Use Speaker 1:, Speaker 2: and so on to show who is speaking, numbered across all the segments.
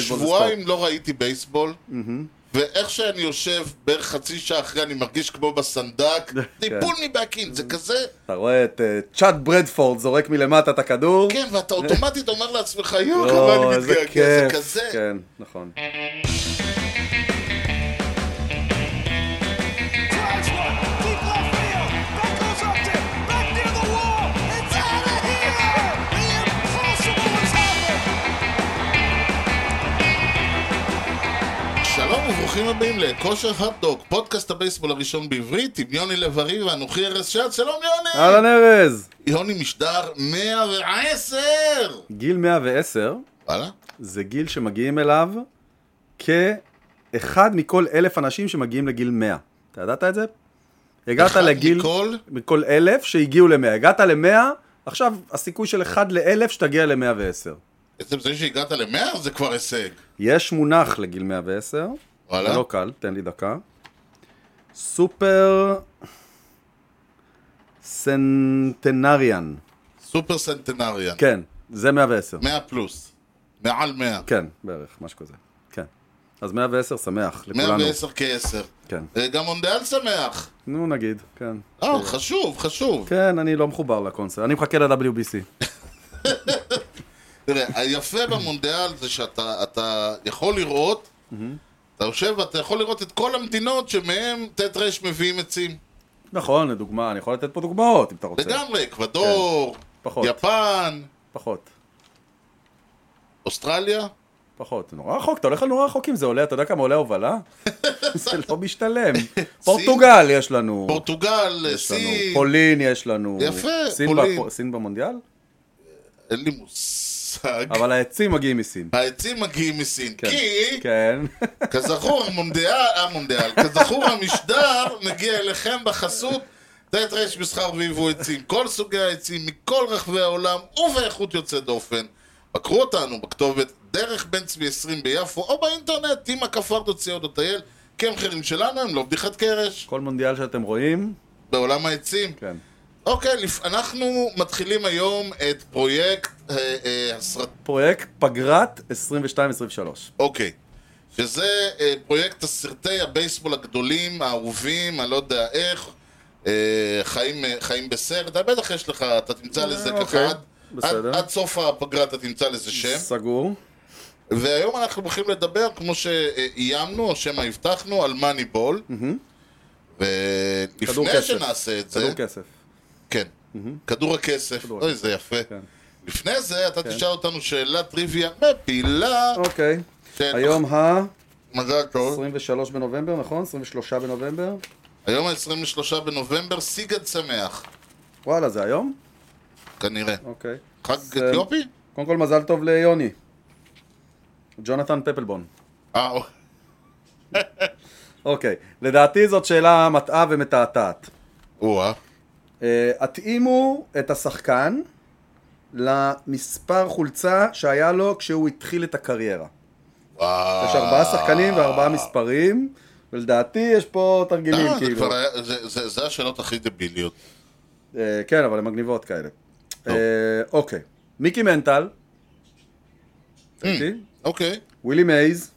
Speaker 1: בייסבול זה
Speaker 2: שבועיים לא ראיתי בייסבול, ואיך שאני יושב בערך חצי שעה אחרי אני מרגיש כמו בסנדק, they pull me back in, זה כזה.
Speaker 1: אתה רואה את צ'אט ברדפורד זורק מלמטה את הכדור.
Speaker 2: כן, ואתה אוטומטית אומר לעצמך, יו, כמה אני מתגעגע, זה כזה.
Speaker 1: כן, נכון.
Speaker 2: שלום וברוכים הבאים לכושר הוטדוג, פודקאסט הבייסבול הראשון בעברית, עם יוני לב-ארי ואנוכי ארז שץ. שלום יוני!
Speaker 1: אהלן ארז!
Speaker 2: יוני משדר 110!
Speaker 1: גיל 110
Speaker 2: וואלה?
Speaker 1: זה גיל שמגיעים אליו כאחד מכל 1,000 אנשים שמגיעים לגיל 100. אתה ידעת את זה? הגעת לגיל... מכל 1,000 שהגיעו ל-100. הגעת ל-100, עכשיו הסיכוי של 1 ל-1,000 שתגיע ל-110.
Speaker 2: בעצם זה שהגעת ל-100 זה כבר הישג.
Speaker 1: יש מונח לגיל 110.
Speaker 2: וואלה?
Speaker 1: זה לא קל, תן לי דקה. סופר סנטנריאן.
Speaker 2: סופר סנטנריאן.
Speaker 1: כן, זה 110.
Speaker 2: 100 פלוס. מעל 100.
Speaker 1: כן, בערך, משהו כזה. כן. אז 110 שמח לכולנו.
Speaker 2: 110 כ-10.
Speaker 1: כן.
Speaker 2: גם מונדיאל שמח.
Speaker 1: נו נגיד, כן.
Speaker 2: חשוב, חשוב.
Speaker 1: כן, אני לא מחובר לקונסרט. אני מחכה ל-WBC.
Speaker 2: תראה, היפה במונדיאל זה שאתה יכול לראות, אתה יושב ואתה יכול לראות את כל המדינות שמהם תת רש מביאים עצים.
Speaker 1: נכון, לדוגמה, אני יכול לתת פה דוגמאות אם אתה רוצה.
Speaker 2: לגמרי, אקוודור,
Speaker 1: פחות.
Speaker 2: יפן,
Speaker 1: פחות.
Speaker 2: אוסטרליה.
Speaker 1: פחות. נורא רחוק, אתה הולך על נורא רחוקים, זה עולה, אתה יודע כמה עולה הובלה? זה לא משתלם. פורטוגל יש לנו.
Speaker 2: פורטוגל, סין.
Speaker 1: פולין יש לנו.
Speaker 2: יפה, פולין.
Speaker 1: סין במונדיאל?
Speaker 2: אין לי מושג.
Speaker 1: אבל העצים מגיעים מסין.
Speaker 2: העצים מגיעים מסין,
Speaker 1: כן.
Speaker 2: כי
Speaker 1: כן.
Speaker 2: כזכור המונדיאל, כזכור המשדר מגיע אליכם בחסות תת רש מסחר ויבוא עצים, כל סוגי העצים מכל רחבי העולם ובאיכות יוצא דופן. בקרו אותנו בכתובת דרך בן צבי 20 ביפו או באינטרנט tima.co.il, כי המחירים שלנו הם לא בדיחת קרש.
Speaker 1: כל מונדיאל שאתם רואים.
Speaker 2: בעולם העצים.
Speaker 1: כן.
Speaker 2: אוקיי, אנחנו מתחילים היום את
Speaker 1: פרויקט פגרת 22-23.
Speaker 2: אוקיי, שזה פרויקט הסרטי הבייסבול הגדולים, האהובים, אני לא יודע איך, חיים בסרט, בטח יש לך, אתה תמצא לזה ככה, עד סוף הפגרה אתה תמצא לזה שם.
Speaker 1: סגור.
Speaker 2: והיום אנחנו הולכים לדבר, כמו שאיימנו, או שמה הבטחנו, על מאניבול. ולפני שנעשה את זה...
Speaker 1: כדור כסף.
Speaker 2: כן, כדור הכסף, אוי זה יפה. לפני זה אתה תשאל אותנו שאלה טריוויה מפילה.
Speaker 1: אוקיי, היום
Speaker 2: מזל טוב.
Speaker 1: 23 בנובמבר, נכון? 23 בנובמבר.
Speaker 2: היום ה-23 בנובמבר, סיגד שמח.
Speaker 1: וואלה, זה היום?
Speaker 2: כנראה.
Speaker 1: אוקיי.
Speaker 2: חג אתיופי?
Speaker 1: קודם כל מזל טוב ליוני. ג'ונתן פפלבון. אוקיי, לדעתי זאת שאלה מטעה ומתעתעת. התאימו את השחקן למספר חולצה שהיה לו כשהוא התחיל את הקריירה. יש 4 שחקנים ו4 מספרים, ולדעתי יש פה תרגילים כאילו.
Speaker 2: זה השאלות הכי דביליות.
Speaker 1: כן, אבל הן מגניבות כאלה. אוקיי, מיקי מנטל,
Speaker 2: אוקיי.
Speaker 1: ווילי מייז,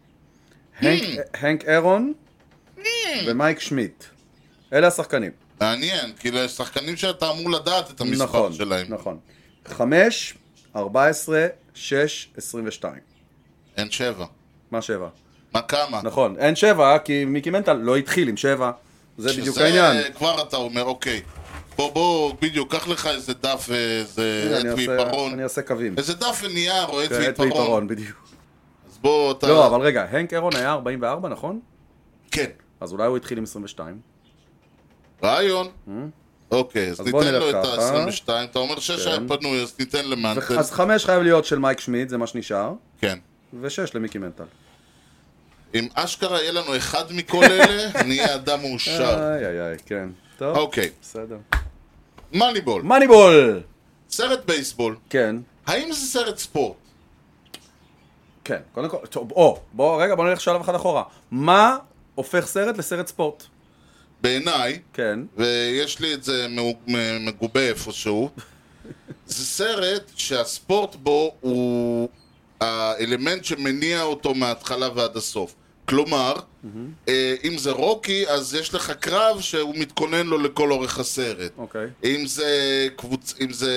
Speaker 1: הנק אירון ומייק שמיט. אלה השחקנים.
Speaker 2: מעניין, כאילו יש שחקנים שאתה אמור לדעת את המספר שלהם.
Speaker 1: נכון. 5, 14, 6, 22.
Speaker 2: אין 7.
Speaker 1: מה 7?
Speaker 2: מה כמה?
Speaker 1: נכון, אין 7 כי מיקי מנטל לא התחיל עם 7. זה בדיוק העניין.
Speaker 2: שזה כבר אתה אומר, אוקיי. בוא, בדיוק, קח לך איזה דף ואיזה עט ועיפרון.
Speaker 1: אני אעשה קווים.
Speaker 2: איזה דף ונייר או עט
Speaker 1: ועיפרון. עט ועיפרון, בדיוק.
Speaker 2: אז בוא אתה...
Speaker 1: לא, אבל רגע, הנק אירון היה 44, נכון?
Speaker 2: כן.
Speaker 1: אז אולי הוא התחיל עם 22.
Speaker 2: רעיון. אוקיי, אז ניתן לו את ה-22. אתה אומר 6 היה פנוי, אז ניתן למנטל.
Speaker 1: אז 5 חייב להיות של מייק שמיט, זה מה שנשאר.
Speaker 2: כן.
Speaker 1: ו6 למיקי מנטל.
Speaker 2: אם אשכרה יהיה לנו אחד מכל אלה, נהיה אדם מאושר.
Speaker 1: איי, כן. טוב.
Speaker 2: אוקיי.
Speaker 1: בסדר.
Speaker 2: מאניבול.
Speaker 1: מאניבול!
Speaker 2: סרט בייסבול.
Speaker 1: כן.
Speaker 2: האם זה סרט ספורט?
Speaker 1: כן. קודם כל, טוב, בוא נלך שלב אחד אחורה. מה הופך סרט לסרט ספורט?
Speaker 2: בעיניי,
Speaker 1: כן.
Speaker 2: ויש לי את זה מגובה איפשהו, זה סרט שהספורט בו הוא האלמנט שמניע אותו מההתחלה ועד הסוף. כלומר, אם זה רוקי, אז יש לך קרב שהוא מתכונן לו לכל אורך הסרט. אם זה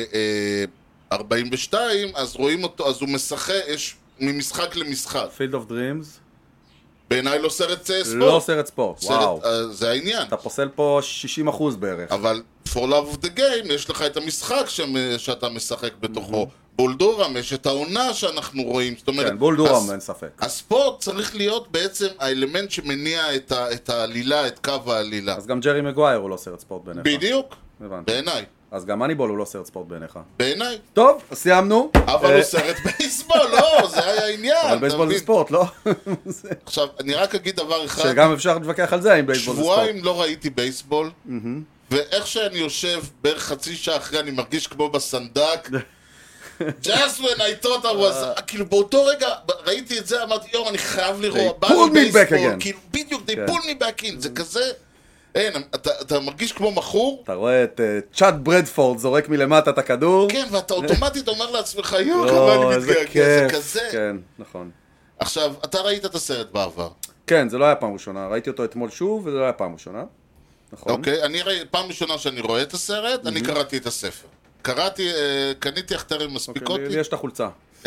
Speaker 2: 42, אז רואים אותו, אז הוא משחק, יש ממשחק למשחק.
Speaker 1: Field of Dreams?
Speaker 2: בעיניי לא סרט ספורט.
Speaker 1: לא סרט ספורט, וואו.
Speaker 2: זה העניין.
Speaker 1: אתה פוסל פה 60% בערך.
Speaker 2: אבל for love of the game, יש לך את המשחק שאתה משחק בתוכו. בולדורם, יש את העונה שאנחנו רואים.
Speaker 1: כן, בולדורם, אין ספק.
Speaker 2: הספורט צריך להיות בעצם האלמנט שמניע את העלילה, את קו העלילה.
Speaker 1: אז גם ג'רי מגווייר הוא לא סרט ספורט בעיניך.
Speaker 2: בדיוק,
Speaker 1: הבנתי.
Speaker 2: בעיניי.
Speaker 1: אז גם מניבול הוא לא סרט ספורט בעיניך.
Speaker 2: בעיניי.
Speaker 1: טוב, סיימנו.
Speaker 2: אבל הוא סרט בייסבול, לא, זה היה העניין.
Speaker 1: אבל בייסבול זה ספורט, לא?
Speaker 2: עכשיו, אני רק אגיד דבר אחד.
Speaker 1: שגם אפשר להתווכח על זה, אם בייסבול זה ספורט.
Speaker 2: שבועיים לא ראיתי בייסבול, ואיך שאני יושב בערך חצי שעה אחרי, אני מרגיש כמו בסנדק. Just when I thought I was... כאילו באותו רגע ראיתי את זה, אמרתי, יום, אני חייב לראות.
Speaker 1: They pulled me back again.
Speaker 2: כאילו בדיוק, they pulled me back in. זה כזה... אין, אתה מרגיש כמו מכור.
Speaker 1: אתה רואה את צ'אט ברדפורד זורק מלמטה את הכדור.
Speaker 2: כן, ואתה אוטומטית אומר לעצמך, יו, כמה אני מתגעגע, זה כזה.
Speaker 1: כן, נכון.
Speaker 2: עכשיו, אתה ראית את הסרט בעבר.
Speaker 1: כן, זה לא היה פעם ראשונה. ראיתי אותו אתמול שוב, וזה לא היה פעם ראשונה. נכון.
Speaker 2: אוקיי, פעם ראשונה שאני רואה את הסרט, אני קראתי את הספר. קניתי הכתרים מספיקות לי.
Speaker 1: לי יש את החולצה.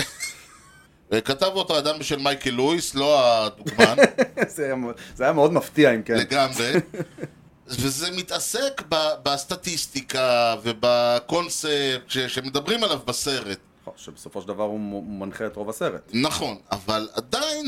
Speaker 2: וכתב אותו אדם בשל מייקל לואיס, לא הדוגמן.
Speaker 1: זה היה מאוד מפתיע אם כן.
Speaker 2: לגמרי. וזה מתעסק בסטטיסטיקה ובקונספט שמדברים עליו בסרט.
Speaker 1: שבסופו של דבר הוא מנחה את רוב הסרט.
Speaker 2: נכון, אבל עדיין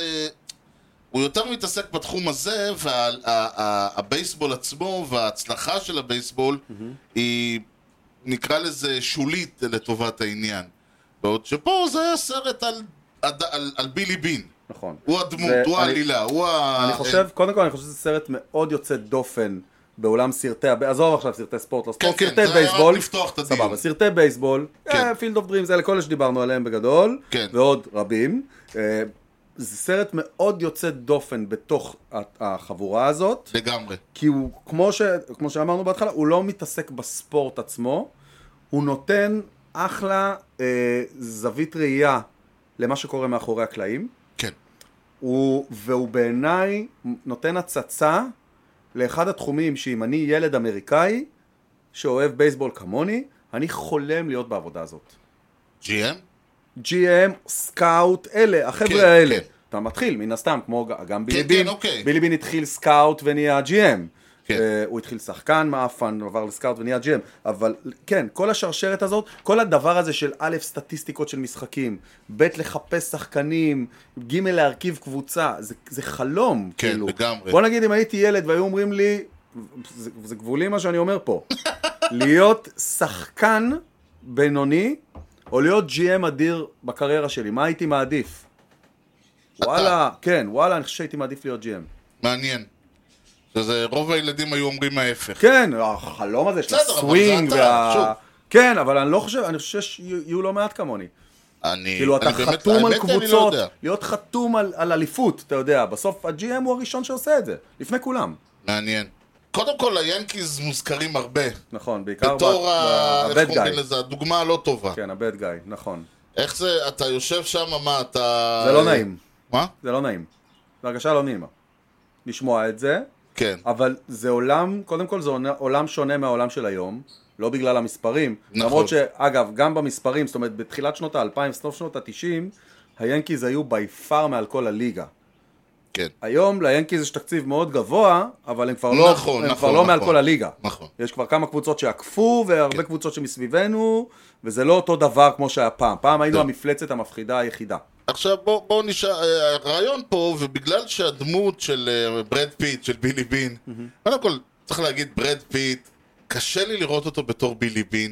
Speaker 2: הוא יותר מתעסק בתחום הזה, והבייסבול עצמו וההצלחה של הבייסבול היא, נקרא לזה, שולית לטובת העניין. בעוד שפה זה היה סרט על בילי בין.
Speaker 1: נכון.
Speaker 2: הוא הדמות, הוא העלילה, הוא
Speaker 1: אני חושב, קודם כל אני חושב שזה סרט מאוד יוצא דופן בעולם סרטי, עזוב עכשיו סרטי ספורט, לא ספורט, סרטי בייסבול. סבבה, סרטי בייסבול, פילד אוף דרימס, אלה כל אלה שדיברנו עליהם בגדול, ועוד רבים. זה סרט מאוד יוצא דופן בתוך החבורה הזאת.
Speaker 2: לגמרי.
Speaker 1: כי הוא, כמו שאמרנו בהתחלה, הוא לא מתעסק בספורט עצמו, הוא נותן אחלה זווית ראייה למה שקורה מאחורי הקלעים.
Speaker 2: כן.
Speaker 1: והוא בעיניי נותן הצצה לאחד התחומים שאם אני ילד אמריקאי שאוהב בייסבול כמוני, אני חולם להיות בעבודה הזאת. GM, סקאוט, אלה, החבר'ה האלה. אתה מתחיל מן הסתם, כמו גם בילי בין. בילי בין התחיל סקאוט ונהיה GM. הוא התחיל שחקן מאפן, עבר לסקאוט ונהיה GM. אבל כן, כל השרשרת הזאת, כל הדבר הזה של א', סטטיסטיקות של משחקים, ב', לחפש שחקנים, ג', להרכיב קבוצה, זה חלום.
Speaker 2: כן, לגמרי.
Speaker 1: בוא נגיד אם הייתי ילד והיו אומרים לי, זה גבולי מה שאני אומר פה, להיות שחקן בינוני, או להיות GM אדיר בקריירה שלי, מה הייתי מעדיף? וואלה, כן, וואלה, אני חושב שהייתי מעדיף להיות GM.
Speaker 2: מעניין. רוב הילדים היו אומרים ההפך.
Speaker 1: כן, החלום הזה של הסווינג כן, אבל אני לא חושב, אני חושב שיהיו לא מעט כמוני. כאילו אתה חתום על קבוצות, להיות חתום על אליפות, אתה יודע, בסוף ה-GM הוא הראשון שעושה את זה, לפני כולם.
Speaker 2: מעניין. קודם כל, היאנקיז מוזכרים הרבה.
Speaker 1: נכון, בעיקר
Speaker 2: בתור הדוגמה הלא טובה.
Speaker 1: כן, הבד גאי, נכון.
Speaker 2: איך זה, אתה יושב שם, מה, אתה...
Speaker 1: זה לא נעים.
Speaker 2: מה?
Speaker 1: זה לא נעים. זה הרגשה לא נעימה. לשמוע את זה.
Speaker 2: כן.
Speaker 1: אבל זה עולם, קודם כל זה עולם שונה מהעולם של היום, לא בגלל המספרים.
Speaker 2: נכון.
Speaker 1: למרות שאגב, גם במספרים, זאת אומרת, בתחילת שנות ה-2000, סוף שנות ה-90, היאנקיז היו ביפר מעל כל הליגה.
Speaker 2: כן.
Speaker 1: היום ליאנקיז יש תקציב מאוד גבוה, אבל הם כבר לא,
Speaker 2: נכון,
Speaker 1: הם כבר לא מעל כל הליגה.
Speaker 2: נכון.
Speaker 1: יש כבר כמה קבוצות שעקפו, והרבה קבוצות שמסביבנו, וזה לא אותו דבר כמו שהיה פעם. פעם היינו המפלצת המפחידה היחידה.
Speaker 2: עכשיו בואו נשאר, הרעיון פה, ובגלל שהדמות של ברד פיט, של בילי בין, קודם כל צריך להגיד ברד פיט, קשה לי לראות אותו בתור בילי בין,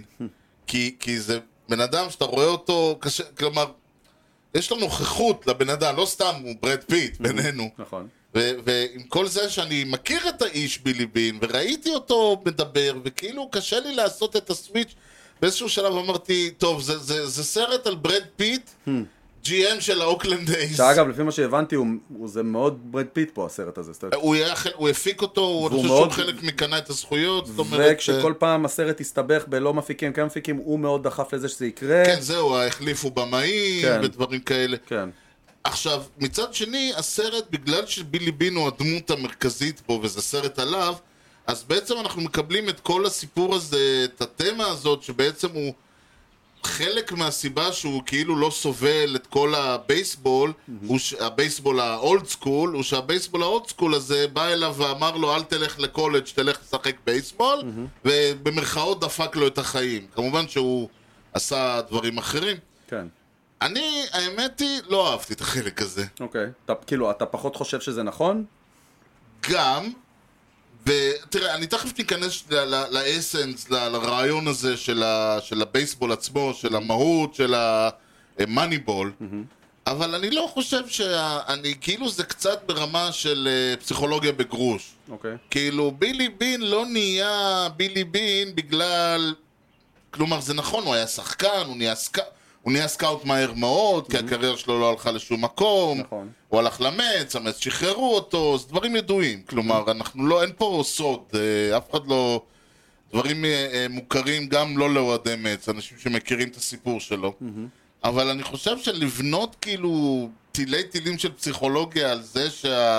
Speaker 2: כי זה בן אדם שאתה רואה אותו, קשה, כלומר, יש לו נוכחות לבן אדם, לא סתם הוא ברד פיט בינינו.
Speaker 1: נכון.
Speaker 2: ועם כל זה שאני מכיר את האיש בילי בין, וראיתי אותו מדבר, וכאילו קשה לי לעשות את הסוויץ', באיזשהו שלב אמרתי, טוב, זה סרט על ברד פיט, GM של האוקלנד אייז.
Speaker 1: שאגב, לפי מה שהבנתי, זה מאוד ברד פיט פה, הסרט הזה.
Speaker 2: הוא הפיק אותו, הוא חושב שהוא חלק מקנה את הזכויות.
Speaker 1: וכשכל פעם הסרט הסתבך בלא מפיקים, כן מפיקים, הוא מאוד דחף לזה שזה יקרה.
Speaker 2: כן, זהו, החליפו במאים ודברים כאלה.
Speaker 1: כן.
Speaker 2: עכשיו, מצד שני, הסרט, בגלל שבילי בין הוא הדמות המרכזית פה, וזה סרט עליו, אז בעצם אנחנו מקבלים את כל הסיפור הזה, את התמה הזאת, שבעצם הוא חלק מהסיבה שהוא כאילו לא סובל את כל הבייסבול, הבייסבול האולד סקול, הוא שהבייסבול האולד סקול הזה בא אליו ואמר לו, אל תלך לקולג', תלך לשחק בייסבול, ובמרכאות דפק לו את החיים. כמובן שהוא עשה דברים אחרים.
Speaker 1: כן.
Speaker 2: אני, האמת היא, לא אהבתי את החלק הזה.
Speaker 1: אוקיי. כאילו, אתה פחות חושב שזה נכון?
Speaker 2: גם, ותראה, אני תכף ניכנס לאסנס, לרעיון הזה של הבייסבול עצמו, של המהות, של המאניבול, אבל אני לא חושב כאילו זה קצת ברמה של פסיכולוגיה בגרוש.
Speaker 1: אוקיי.
Speaker 2: כאילו, בילי בין לא נהיה בילי בין בגלל, כלומר, זה נכון, הוא היה שחקן, הוא נהיה סקאוט מהר מאוד, כי הקריירה שלו לא הלכה לשום מקום,
Speaker 1: נכון.
Speaker 2: הוא הלך למץ, המץ שחררו אותו, זה דברים ידועים, כלומר, אנחנו לא, אין פה סוד, אף אחד לא, דברים מוכרים גם לא לאוהדי מץ, אנשים שמכירים את הסיפור שלו, אבל אני חושב שלבנות כאילו טילים של פסיכולוגיה על זה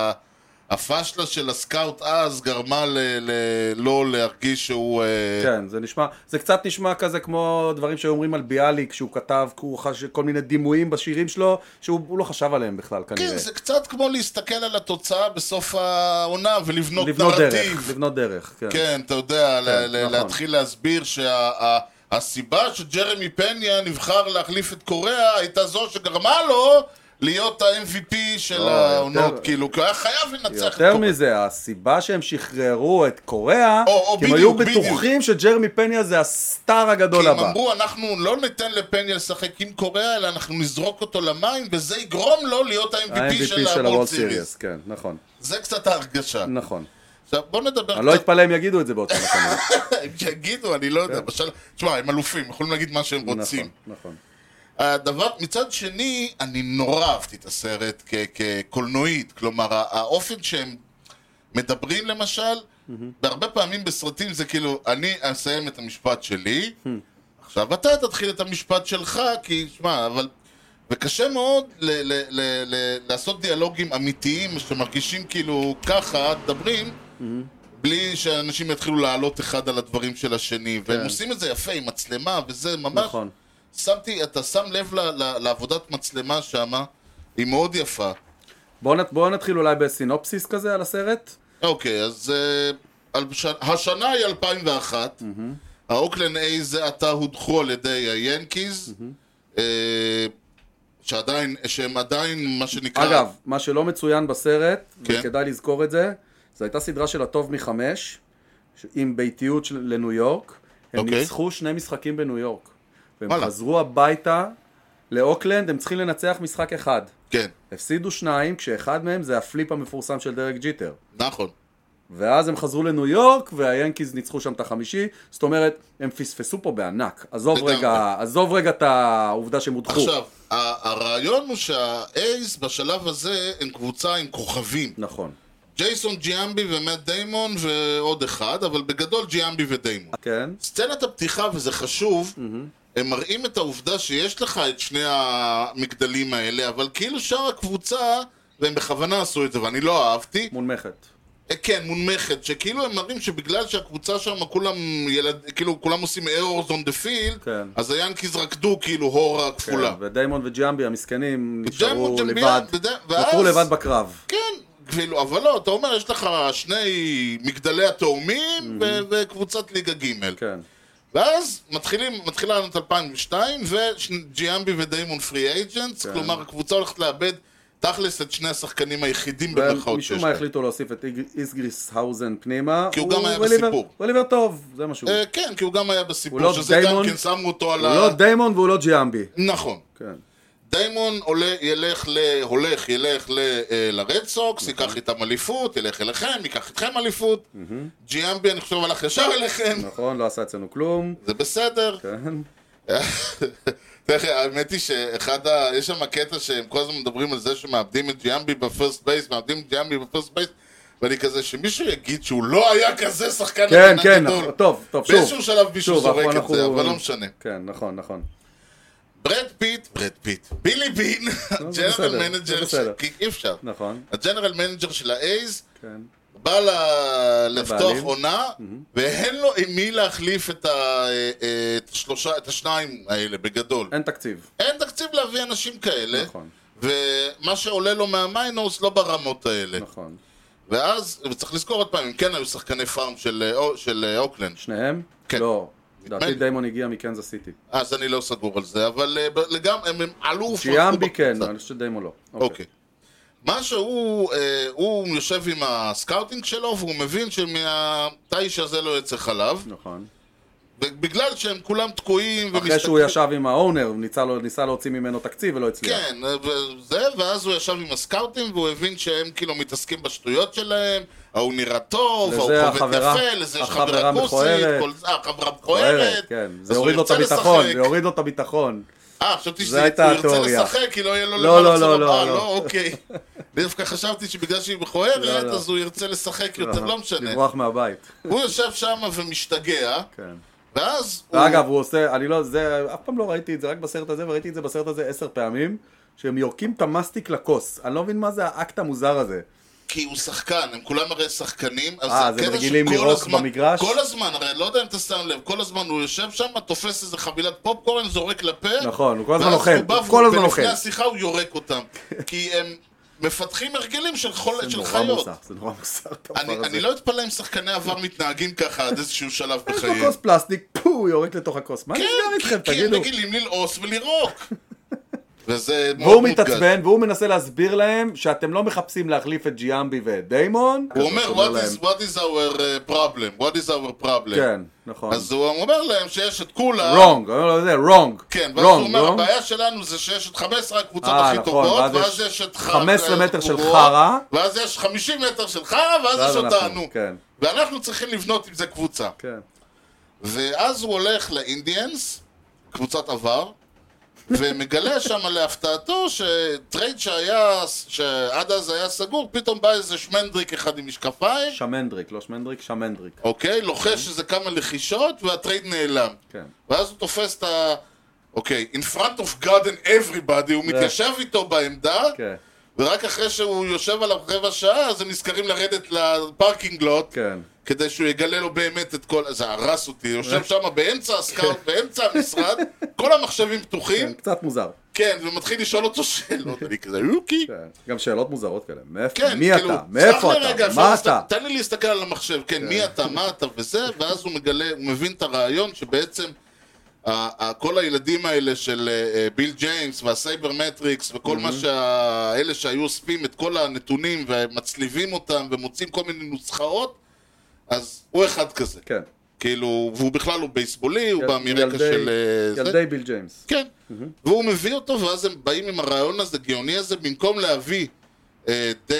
Speaker 2: הפשלה של הסקאוט אז גרמה לא להרגיש שהוא...
Speaker 1: כן, זה קצת נשמע כזה כמו דברים שאומרים על ביאליק, שהוא כתב כל מיני דימויים בשירים שלו, שהוא לא חשב עליהם בכלל כנראה.
Speaker 2: כן, זה קצת כמו להסתכל על התוצאה בסוף העונה ולבנות נרטיב.
Speaker 1: לבנות דרך, כן.
Speaker 2: כן, אתה יודע, להתחיל להסביר שהסיבה שג'רמי פניה נבחר להחליף את קוריאה הייתה זו שגרמה לו להיות ה-MVP של העונות, כאילו, כי הוא היה חייב לנצח את קוריאה.
Speaker 1: יותר מזה, הסיבה שהם שחררו את קוריאה, כי הם היו בטוחים שג'רמי פניה זה הסטאר הגדול הבא.
Speaker 2: כי הם אמרו, אנחנו לא ניתן לפניה לשחק עם קוריאה, אלא אנחנו נזרוק אותו למים, וזה יגרום לו להיות ה-MVP של הוולד סיריס.
Speaker 1: כן, נכון.
Speaker 2: זה קצת ההרגשה.
Speaker 1: נכון.
Speaker 2: עכשיו, בוא נדבר...
Speaker 1: אני לא אתפלא אם יגידו את זה באותה מקום.
Speaker 2: אם יגידו, אני לא יודע. תשמע, הם אלופים, יכולים להגיד מה שהם רוצים.
Speaker 1: נכון.
Speaker 2: מצד שני, אני נורא אהבתי את הסרט כקולנועית, כלומר, האופן שהם מדברים למשל, בהרבה פעמים בסרטים זה כאילו, אני אסיים את המשפט שלי, עכשיו אתה תתחיל את המשפט שלך, כי, שמע, אבל... וקשה מאוד לעשות דיאלוגים אמיתיים, שמרגישים כאילו ככה, דברים, בלי שאנשים יתחילו לעלות אחד על הדברים של השני, והם עושים את זה יפה עם מצלמה, וזה ממש...
Speaker 1: נכון.
Speaker 2: אתה שם לב לעבודת מצלמה שם, היא מאוד יפה.
Speaker 1: בואו נתחיל אולי בסינופסיס כזה על הסרט.
Speaker 2: אוקיי, אז השנה היא 2001, האוקלנד אייז זה עתה הודחו על ידי היאנקיז, שהם עדיין מה שנקרא...
Speaker 1: אגב, מה שלא מצוין בסרט, וכדאי לזכור את זה, זו הייתה סדרה של הטוב מ5, עם ביתיות לניו יורק, הם ניצחו 2 משחקים בניו יורק. והם חזרו הביתה לאוקלנד, הם צריכים לנצח משחק אחד.
Speaker 2: כן.
Speaker 1: הפסידו 2, כשאחד מהם זה הפליפ המפורסם של דרק ג'יטר.
Speaker 2: נכון.
Speaker 1: ואז הם חזרו לניו יורק, והיאנקיז ניצחו שם את החמישי, זאת אומרת, הם פספסו פה בענק. עזוב רגע את העובדה שהם הודחו.
Speaker 2: עכשיו, הרעיון הוא שהאייז בשלב הזה הם קבוצה עם כוכבים.
Speaker 1: נכון.
Speaker 2: ג'ייסון ג'יאמבי ומט דיימון ועוד אחד, אבל בגדול ג'יאמבי ודיימון.
Speaker 1: כן.
Speaker 2: סצנת הפתיחה, וזה חשוב, הם מראים את העובדה שיש לך את שני המגדלים האלה, אבל כאילו שאר הקבוצה, והם בכוונה עשו את זה, ואני לא אהבתי.
Speaker 1: מונמכת.
Speaker 2: כן, מונמכת, שכאילו הם מראים שבגלל שהקבוצה שם כולם עושים errors on the field,
Speaker 1: כן.
Speaker 2: אז היאנקיז רקדו כאילו הורה כפולה.
Speaker 1: כן, ודיימון וג'יאמבי המסכנים נשארו לבד, נותרו לבד בקרב.
Speaker 2: כן. אבל לא, אתה אומר, יש לך 2 מגדלי התאומים וקבוצת ליגה ג'.
Speaker 1: כן.
Speaker 2: ואז מתחילה לנו את 2002, וג'יאמבי ודיימון פרי אייג'נטס, כלומר, הקבוצה הולכת לאבד תכלס את 2 השחקנים היחידים במרכאות שיש.
Speaker 1: משום מה החליטו להוסיף את איסגריס האוזן פנימה.
Speaker 2: כי הוא גם היה בסיפור.
Speaker 1: הוא אליבר טוב, זה משהו.
Speaker 2: כן, כי הוא גם היה בסיפור, שזה גם כן שמו אותו על
Speaker 1: הוא לא דיימון והוא לא ג'יאמבי.
Speaker 2: נכון.
Speaker 1: כן.
Speaker 2: דיימון ילך לרד סוקס, ייקח איתם אליפות, ילך אליכם, ייקח איתכם אליפות. ג'יאמבי, אני חושב, הלך ישר אליכם.
Speaker 1: נכון, לא עשה אצלנו כלום.
Speaker 2: זה בסדר.
Speaker 1: כן.
Speaker 2: האמת היא יש שם קטע שהם כל הזמן מדברים על זה שמאבדים את ג'יאמבי בפרסט בייס, ואני כזה שמישהו יגיד שהוא לא היה כזה שחקן
Speaker 1: כן, טוב, שוב.
Speaker 2: באיזשהו שלב מישהו זורק את זה, אבל לא משנה.
Speaker 1: כן, נכון.
Speaker 2: ברד פיט, בילי בין, הג'נרל מנג'ר, אי אפשר.
Speaker 1: נכון.
Speaker 2: הג'נרל מנג'ר של האייז, בא לפתוח עונה, ואין לו עם מי להחליף את השניים האלה בגדול. אין תקציב להביא אנשים כאלה, ומה שעולה לו מהמיינוס לא ברמות האלה.
Speaker 1: נכון.
Speaker 2: ואז, וצריך לזכור עוד פעם, אם כן היו שחקני פארם של אוקלנד.
Speaker 1: שניהם?
Speaker 2: כן.
Speaker 1: לא. דעתי דיימון הגיע מקנזס סיטי.
Speaker 2: אז אני לא סגור על זה, אבל לגמרי הם עלו...
Speaker 1: ג'יאמבי כן, אני חושב שדיימון לא.
Speaker 2: אוקיי. מה שהוא יושב עם הסקאוטינג שלו, והוא מבין שמהתאיש הזה לא יצא חלב.
Speaker 1: נכון.
Speaker 2: בגלל שהם כולם תקועים
Speaker 1: אחרי שהוא ישב עם האונר, הוא ניסה להוציא ממנו תקציב ולא הצליח.
Speaker 2: כן, ואז הוא ישב עם הסקאוטים והוא הבין שהם כאילו מתעסקים בשטויות שלהם, ההוא נראה טוב, ההוא חובד יפה, לזה יש חברה כוסית, חברה מכוערת.
Speaker 1: כן, זה יוריד לו את הביטחון,
Speaker 2: חשבתי שהוא ירצה לשחק, כי לא יהיה לו לא, אוקיי. דווקא חשבתי שבגלל שהיא מכוערת, אז הוא ירצה לשחק יותר, לא משנה.
Speaker 1: לברוח מהבית.
Speaker 2: הוא יושב שם ומשתגע.
Speaker 1: כן.
Speaker 2: ואז
Speaker 1: אגב, הוא עושה, אף פעם לא ראיתי את זה, רק בסרט הזה, וראיתי את זה בסרט הזה 10 פעמים, שהם יורקים את המסטיק לכוס. אני לא מבין מה זה האקט המוזר הזה.
Speaker 2: כי הוא שחקן, הם כולם הרי שחקנים.
Speaker 1: אז הם רגילים לירוק במגרש?
Speaker 2: כל הזמן, הרי לא יודע אם אתה שם לב, כל הזמן הוא יושב שם, תופס איזה חבילת פופקורן, זורק לפה.
Speaker 1: נכון, הוא כל הזמן אוכל,
Speaker 2: ולפני השיחה הוא יורק אותם. כי הם מפתחים הרגלים של חיות.
Speaker 1: זה נורא מוסר.
Speaker 2: אני לא אתפלא אם שחקני עבר מתנהגים ככה עד איזשהו שלב בחיים.
Speaker 1: יש לו כוס פלסטיק, הוא יורק לתוך הכוס. מה נסגר איתכם, תגידו?
Speaker 2: כי הם רגילים ללעוס ולירוק. וזה
Speaker 1: והוא מתעצבן, והוא מנסה להסביר להם שאתם לא מחפשים להחליף את ג'יאמבי ואת דיימון.
Speaker 2: הוא אומר, what is our problem? What is our problem?
Speaker 1: כן, נכון.
Speaker 2: אז הוא אומר להם שיש את כולם...
Speaker 1: wrong, הוא אומר לו זה, wrong.
Speaker 2: כן, ואז הוא אומר, הבעיה שלנו זה שיש את 15 הקבוצות הכי טובות, ואז יש את
Speaker 1: 15 מטר של חרה,
Speaker 2: ואז יש 50 מטר של חרה, ואז יש אותנו. ואנחנו צריכים לבנות עם זה קבוצה. ואז הוא הולך לאינדיאנס, קבוצת עבר, ומגלה שם להפתעתו שטרייד שעד אז היה סגור, פתאום בא איזה שמנדריק אחד עם משקפיים.
Speaker 1: שמנדריק, לא שמנדריק, שמנדריק.
Speaker 2: אוקיי, לוחש איזה כמה לחישות והטרייד נעלם.
Speaker 1: כן.
Speaker 2: ואז הוא תופס את ה... אוקיי, in front of God and everybody, הוא מתיישב איתו בעמדה,
Speaker 1: כן.
Speaker 2: ורק אחרי שהוא יושב עליו רבע שעה, אז הם נזכרים לרדת לפארקינג לוט.
Speaker 1: כן.
Speaker 2: כדי שהוא יגלה לו באמת את כל... זה הרס אותי, יושב שם באמצע הסקאוט, באמצע המשרד, כל המחשבים פתוחים.
Speaker 1: קצת מוזר.
Speaker 2: כן, ומתחיל לשאול אותו שאלות, אני כזה, אוקי.
Speaker 1: גם שאלות מוזרות כאלה. מי אתה? מאיפה אתה? מה אתה?
Speaker 2: תן לי להסתכל על המחשב, כן, מי אתה, מה אתה וזה, ואז הוא מגלה, הוא מבין את הרעיון שבעצם כל הילדים האלה של ביל ג'יימס והסייבר מטריקס וכל מה שהאלה שהיו אוספים את כל הנתונים ומצליבים אותם ומוצאים כל מיני נוסחאות, אז הוא אחד כזה.
Speaker 1: כן.
Speaker 2: כאילו, והוא בכלל הוא בייסבולי, הוא בא מרקע של...
Speaker 1: ילדי ביל ג'יימס.
Speaker 2: כן. והוא מביא אותו, ואז הם באים עם הרעיון הזה, גאוני הזה, במקום להביא את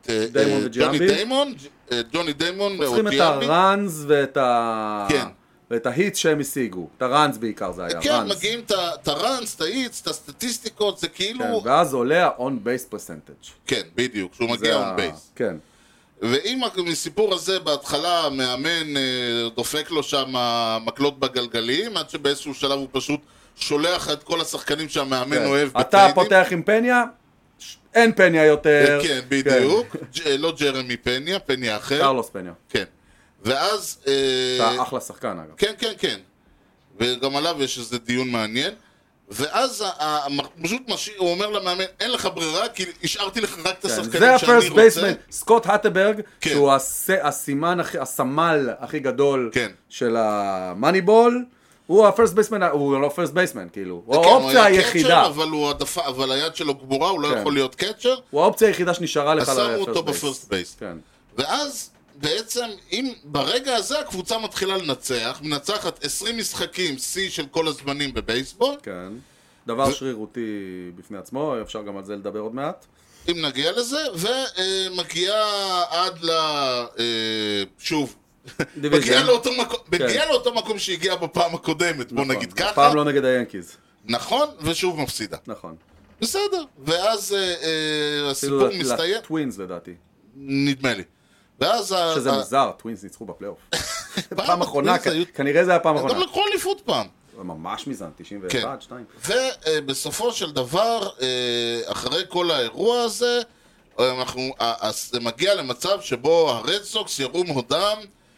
Speaker 2: ג'וני דיימון,
Speaker 1: צריכים את הראנס ואת ההיטס שהם השיגו. את הראנס בעיקר זה היה.
Speaker 2: כן, מגיעים את הראנס, את ההיטס, את הסטטיסטיקות, זה כאילו...
Speaker 1: כן, ואז עולה ה-on base percentage.
Speaker 2: כן, בדיוק, שהוא מגיע on base.
Speaker 1: כן.
Speaker 2: ואם מסיפור הזה בהתחלה המאמן דופק לו שם מקלות בגלגלים, עד שבאיזשהו שלב הוא פשוט שולח את כל השחקנים שהמאמן אוהב בטריידים.
Speaker 1: אתה פותח עם פניה, אין פניה יותר.
Speaker 2: כן, בדיוק. לא ג'רמי פניה, פניה אחר.
Speaker 1: קרלוס פניה.
Speaker 2: כן. ואז...
Speaker 1: אתה אחלה שחקן אגב.
Speaker 2: כן, כן, כן. וגם עליו יש איזה דיון מעניין. ואז פשוט הוא אומר למאמן, אין לך ברירה, כי השארתי לך רק את השחקנים שאני רוצה.
Speaker 1: זה הפרסט בייסמן, סקוט הטברג, שהוא הסמל הכי גדול של המאניבול, הוא הפרסט בייסמן, הוא לא פרסט בייסמן, כאילו, הוא האופציה היחידה.
Speaker 2: אבל היד שלו גבורה, הוא לא יכול להיות קאצ'ר.
Speaker 1: הוא האופציה היחידה שנשארה לך
Speaker 2: לפרסט בייס. שמו אותו בפרסט בייס. ואז... בעצם, אם ברגע הזה הקבוצה מתחילה לנצח, מנצחת 20 משחקים, שיא של כל הזמנים בבייסבול.
Speaker 1: כן, דבר שרירותי בפני עצמו, אפשר גם על זה לדבר עוד מעט.
Speaker 2: אם נגיע לזה, ומגיעה עד שוב, מגיעה לאותו מקום שהגיע בפעם הקודמת, בוא נגיד ככה.
Speaker 1: פעם לא נגד היאנקיז.
Speaker 2: נכון, ושוב מפסידה.
Speaker 1: נכון.
Speaker 2: בסדר, ואז הסיפור מסתיים.
Speaker 1: טווינס לדעתי.
Speaker 2: נדמה לי. ואז
Speaker 1: שזה מוזר, טווינס ניצחו בפלייאוף. פעם אחרונה, כנראה זה היה פעם אחרונה.
Speaker 2: גם לקחו אליפות פעם.
Speaker 1: ממש מזן, 91, 2.
Speaker 2: ובסופו של דבר, אחרי כל האירוע הזה, זה מגיע למצב שבו הרד סוקס ירום הודם,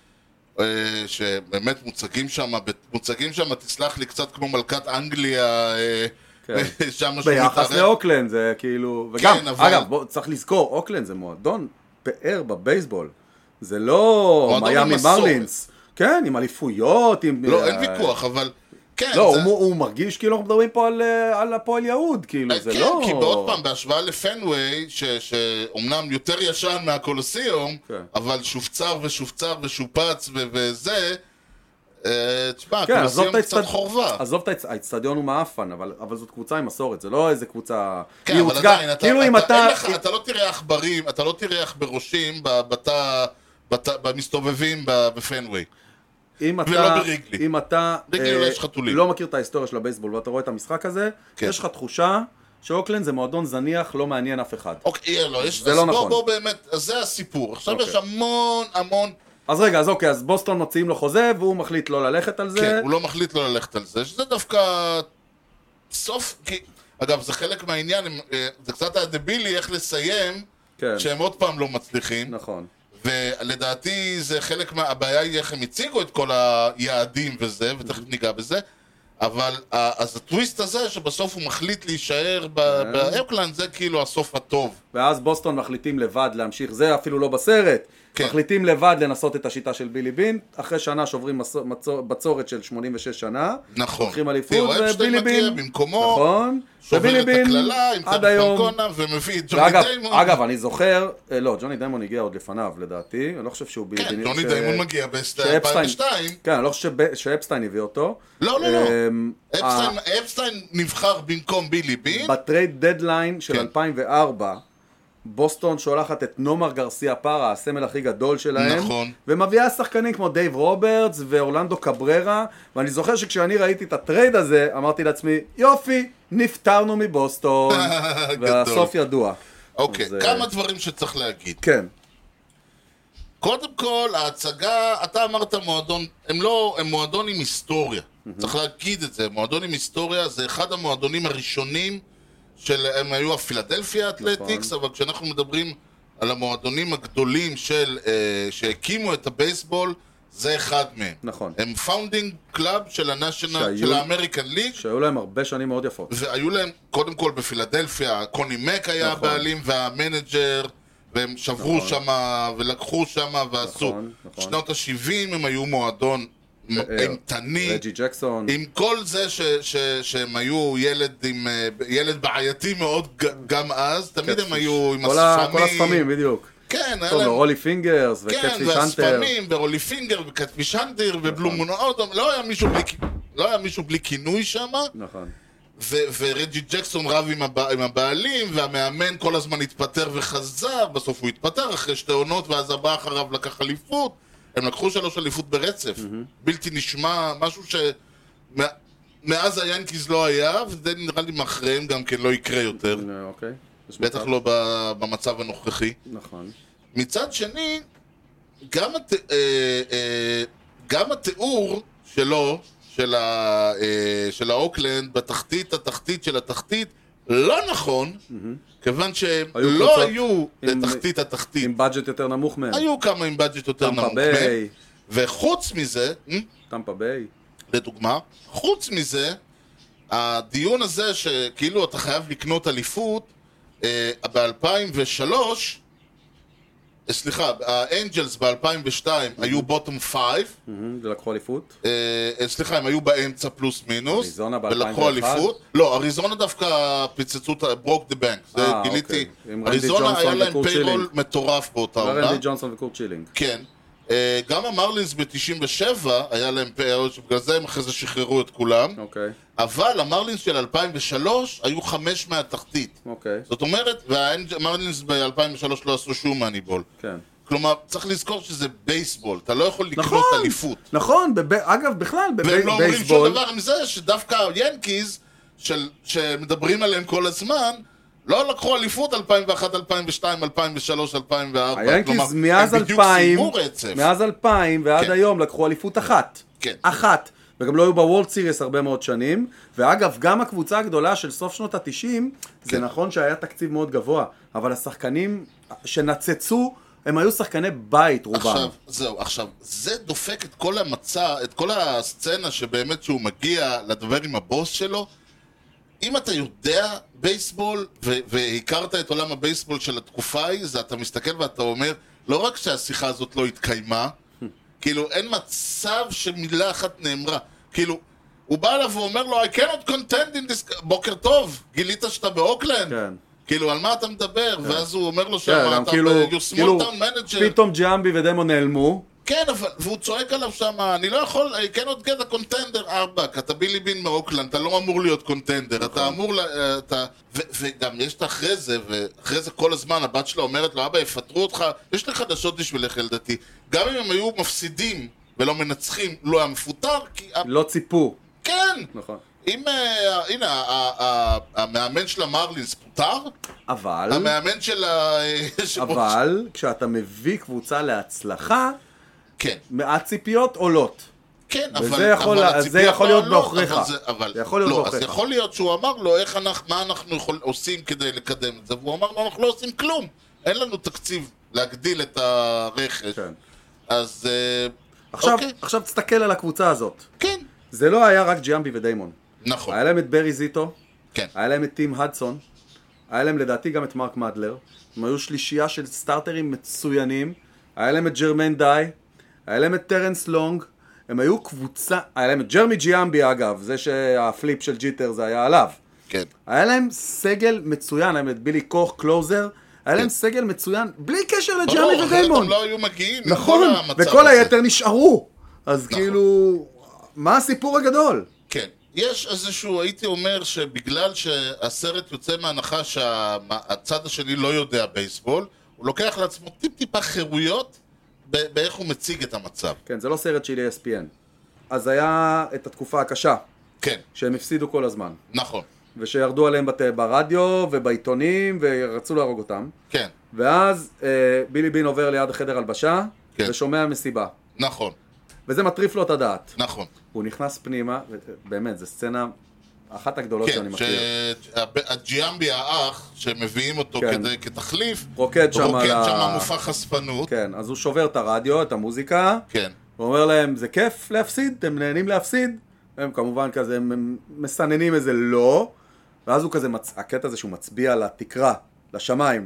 Speaker 2: שבאמת מוצגים שם, תסלח לי, קצת כמו מלכת אנגליה,
Speaker 1: ביחס לאוקלנד זה כאילו, וגם, אגב, צריך לזכור, אוקלנד זה מועדון פאר בבייסבול, זה לא מיאמי מרלינס, כן, עם אליפויות,
Speaker 2: לא, אין ויכוח, אבל
Speaker 1: לא, הוא מרגיש כאילו אנחנו מדברים פה על הפועל יהוד, כאילו, זה לא...
Speaker 2: כן, כי בעוד פעם, בהשוואה לפנוויי, שאומנם יותר ישן מהקולוסיום, אבל שופצר ושופצר ושופץ וזה, תשמע, הקולוסיום קצת חורבה.
Speaker 1: עזוב את האצטדיון הוא מאפן, אבל זאת קבוצה עם מסורת, זה לא איזה קבוצה...
Speaker 2: כן, אבל עדיין, אתה לא תראה עכברים, אתה לא תראה עכברושים במסתובבים בפנוויי.
Speaker 1: אם אתה לא מכיר את ההיסטוריה של הבייסבול ואתה רואה את המשחק הזה, יש לך תחושה שאוקלנד זה מועדון זניח, לא מעניין אף אחד.
Speaker 2: זה לא נכון. בוא באמת, זה הסיפור. עכשיו יש המון...
Speaker 1: אז רגע, אז אוקיי, אז בוסטון מוציאים לו חוזה והוא מחליט לא ללכת על זה.
Speaker 2: כן, הוא לא מחליט לא ללכת על זה, שזה דווקא סוף... אגב, זה חלק מהעניין, זה קצת הדבילי איך לסיים, שהם עוד פעם לא מצליחים.
Speaker 1: נכון.
Speaker 2: ולדעתי זה חלק מהבעיה היא איך הם הציגו את כל היעדים וזה, ותכף ניגע בזה, אבל אז הטוויסט הזה שבסוף הוא מחליט להישאר באוקלנד זה כאילו הסוף הטוב.
Speaker 1: ואז בוסטון מחליטים לבד להמשיך, זה אפילו לא בסרט, מחליטים לבד לנסות את השיטה של בילי בין, אחרי שנה שוברים בצורת של 86 שנה,
Speaker 2: נכון,
Speaker 1: לוקחים אליפות ובילי בין,
Speaker 2: במקומו,
Speaker 1: נכון,
Speaker 2: שובר את הכללה עם צד פנקונה ומביא את ג'וני דיימון.
Speaker 1: אגב, אני זוכר, לא, ג'וני דיימון הגיע עוד לפניו לדעתי, אני לא חושב שהוא בילי בין.
Speaker 2: כן, ג'וני דיימון מגיע ב-2002.
Speaker 1: כן, אני לא חושב שאפסטיין הביא אותו.
Speaker 2: לא, אפסטיין נבחר במקום בילי בין.
Speaker 1: בטרייד דדליין של 2004, בוסטון שולחת את נומר גרסיה פארה, הסמל הכי גדול שלהם,
Speaker 2: נכון.
Speaker 1: ומביאה שחקנים כמו דייב רוברטס ואורלנדו קבררה, ואני זוכר שכשאני ראיתי את הטרייד הזה, אמרתי לעצמי, יופי, נפטרנו מבוסטון, והסוף ידוע.
Speaker 2: אוקיי, כמה דברים שצריך להגיד.
Speaker 1: כן.
Speaker 2: קודם כל, ההצגה, אתה אמרת מועדון, הם מועדון עם היסטוריה. צריך להגיד את זה, מועדון עם היסטוריה זה אחד המועדונים הראשונים הם היו הפילדלפיה אתלטיקס, אבל כשאנחנו מדברים על המועדונים הגדולים שהקימו את הבייסבול, זה אחד מהם.
Speaker 1: נכון.
Speaker 2: הם פאונדינג קלאב של האמריקן ליג.
Speaker 1: שהיו להם הרבה שנים מאוד יפות.
Speaker 2: והיו להם, קודם כל בפילדלפיה, קוני מק היה הבעלים והמנג'ר, והם שברו שם ולקחו שם ועשו. שנות ה-70 הם היו מועדון אימתני,
Speaker 1: רג'י ג'קסון,
Speaker 2: עם כל זה שהם היו ילד בעייתי מאוד גם אז, תמיד הם היו עם הספמים.
Speaker 1: כל הספמים, בדיוק.
Speaker 2: כן,
Speaker 1: רולי פינגרס וקטפיש הנטר.
Speaker 2: כן, והספמים, ורולי פינגר וקטפיש הנטר ובלומון אודום, לא היה מישהו בלי כינוי שם.
Speaker 1: נכון.
Speaker 2: ורג'י ג'קסון רב עם הבעלים, והמאמן כל הזמן התפטר וחזר, בסוף הוא התפטר אחרי 2 עונות, ואז הבא אחריו לקח אליפות. הם לקחו 3 אליפות ברצף, בלתי נשמע, משהו שמאז היאנקיז לא היה, וזה נראה לי מאחריהם גם כן לא יקרה יותר.
Speaker 1: אוקיי.
Speaker 2: בטח לא במצב הנוכחי.
Speaker 1: נכון.
Speaker 2: מצד שני, גם התיאור שלו, של האוקלנד, התחתית של התחתית, לא נכון, כיוון שהם לא היו לתחתית התחתית.
Speaker 1: עם בדג'ט יותר נמוך מהם.
Speaker 2: היו כמה עם בדג'ט יותר נמוך מהם. וחוץ מזה,
Speaker 1: טמפה ביי.
Speaker 2: לדוגמה, חוץ מזה, הדיון הזה שכאילו אתה חייב לקנות אליפות, ב-2003, סליחה, האנג'לס ב-2002 היו בוטום 5.
Speaker 1: ולקחו אליפות?
Speaker 2: סליחה, הם היו באמצע פלוס מינוס.
Speaker 1: אריזונה ב-2001?
Speaker 2: ולקחו אליפות. לא, אריזונה דווקא פיצצו את ברוק דה בנק. זה גיליתי. אריזונה היה להם פיירול מטורף באותה עונה.
Speaker 1: רנדי ג'ונסון וקורט צ'ילינג.
Speaker 2: כן. גם המרלינס ב-97 היה להם פיירול, שבגלל זה הם אחרי זה שחררו את כולם.
Speaker 1: אוקיי.
Speaker 2: אבל המרלינס של 2003 היו 5 מהתחתית.
Speaker 1: אוקיי.
Speaker 2: זאת אומרת, והמרלינס ב-2003 לא עשו שום מאניבול.
Speaker 1: כן.
Speaker 2: כלומר, צריך לזכור שזה בייסבול, אתה לא יכול לקנות אליפות.
Speaker 1: נכון, אגב, בכלל,
Speaker 2: והם לא אומרים שום דבר עם זה, שדווקא ינקיז, שמדברים עליהם כל הזמן, לא לקחו אליפות 2001, 2002, 2003, 2004.
Speaker 1: היאנקיז מאז 2000 ועד היום לקחו אליפות אחת.
Speaker 2: כן.
Speaker 1: אחת. וגם לא היו בוולד סיריס הרבה מאוד שנים. ואגב, גם הקבוצה הגדולה של סוף שנות ה-90, זה נכון שהיה תקציב מאוד גבוה, אבל השחקנים שנצצו, הם היו שחקני בית רובם.
Speaker 2: עכשיו, זה דופק את כל המצע, את כל הסצנה שבאמת שהוא מגיע לדבר עם הבוס שלו. אם אתה יודע בייסבול, והכרת את עולם הבייסבול של התקופה ההיא, זה אתה מסתכל ואתה אומר, לא רק שהשיחה הזאת לא התקיימה, כאילו אין מצב שמילה אחת נאמרה. כאילו, הוא בא אליו ואומר לו, I cannot contend in this... בוקר טוב, גילית שאתה באוקלנד?
Speaker 1: כן.
Speaker 2: כאילו, על מה אתה מדבר? ואז הוא אומר לו שם, אתה you small town manager.
Speaker 1: פתאום ג'יאמבי ודיימון נעלמו.
Speaker 2: כן, והוא צועק עליו שם, אני לא יכול, I cannot get a contender, אתה בילי בין מאוקלנד, אתה לא אמור להיות קונטנדר, אתה אמור, וגם יש את אחרי זה כל הזמן הבת שלה אומרת לו, אבא, יפטרו אותך, יש לי חדשות בשבילך ילדתי, גם אם הם היו מפסידים ולא מנצחים, לא היה מפוטר, כי...
Speaker 1: לא ציפו.
Speaker 2: כן!
Speaker 1: נכון.
Speaker 2: הנה, המאמן של המרלינס פוטר,
Speaker 1: אבל...
Speaker 2: המאמן של
Speaker 1: אבל, כשאתה מביא קבוצה להצלחה,
Speaker 2: כן.
Speaker 1: מעט ציפיות עולות.
Speaker 2: כן,
Speaker 1: זה יכול להיות באוכריך.
Speaker 2: אז יכול להיות שהוא אמר לו, מה אנחנו עושים כדי לקדם את זה, והוא אמר לו, אנחנו לא עושים כלום. אין לנו תקציב להגדיל את הרכש. אז...
Speaker 1: עכשיו תסתכל על הקבוצה הזאת.
Speaker 2: כן.
Speaker 1: זה לא היה רק ג'יאמבי ודיימון.
Speaker 2: נכון.
Speaker 1: היה להם את ברי זיטו,
Speaker 2: כן.
Speaker 1: היה להם את טים הדסון, היה להם לדעתי גם את מרק מדלר, הם היו שלישייה של סטארטרים מצוינים, היה להם את ג'רמן די, היה להם את טרנס לונג, הם היו קבוצה, היה להם את ג'רמי ג'יאמבי אגב, זה שהפליפ של ג'יטר זה היה עליו.
Speaker 2: כן.
Speaker 1: היה להם סגל מצוין, היה להם את בילי קוך, קלוזר, היה להם סגל מצוין, בלי קשר לג'יאמבי ודיימון.
Speaker 2: הם לא היו מגיעים.
Speaker 1: נכון, וכל היתר נשארו. אז כאילו, מה הסיפור הגדול?
Speaker 2: כן. יש איזשהו, הייתי אומר שבגלל שהסרט יוצא מהנחה שהצד השני לא יודע בייסבול, הוא לוקח לעצמו טיפה חירויות באיך הוא מציג את המצב.
Speaker 1: כן, זה לא סרט של ESPN. אז היה את התקופה הקשה.
Speaker 2: כן.
Speaker 1: שהם הפסידו כל הזמן.
Speaker 2: נכון.
Speaker 1: ושירדו עליהם ברדיו ובעיתונים ורצו להרוג אותם.
Speaker 2: כן.
Speaker 1: ואז בילי בין עובר ליד החדר הלבשה, כן. ושומע מסיבה.
Speaker 2: נכון.
Speaker 1: וזה מטריף לו את הדעת.
Speaker 2: נכון.
Speaker 1: הוא נכנס פנימה, באמת, זו סצנה אחת הגדולות שאני מכיר.
Speaker 2: כן, שהג'יאמבי האח, שמביאים אותו כתחליף,
Speaker 1: רוקד שם
Speaker 2: מופע חשפנות.
Speaker 1: כן, אז הוא שובר את הרדיו, את המוזיקה,
Speaker 2: כן.
Speaker 1: הוא אומר להם, זה כיף להפסיד, אתם נהנים להפסיד? הם כמובן כזה, הם מסננים איזה לא, ואז הוא כזה, הקטע הזה שהוא מצביע לתקרה, לשמיים,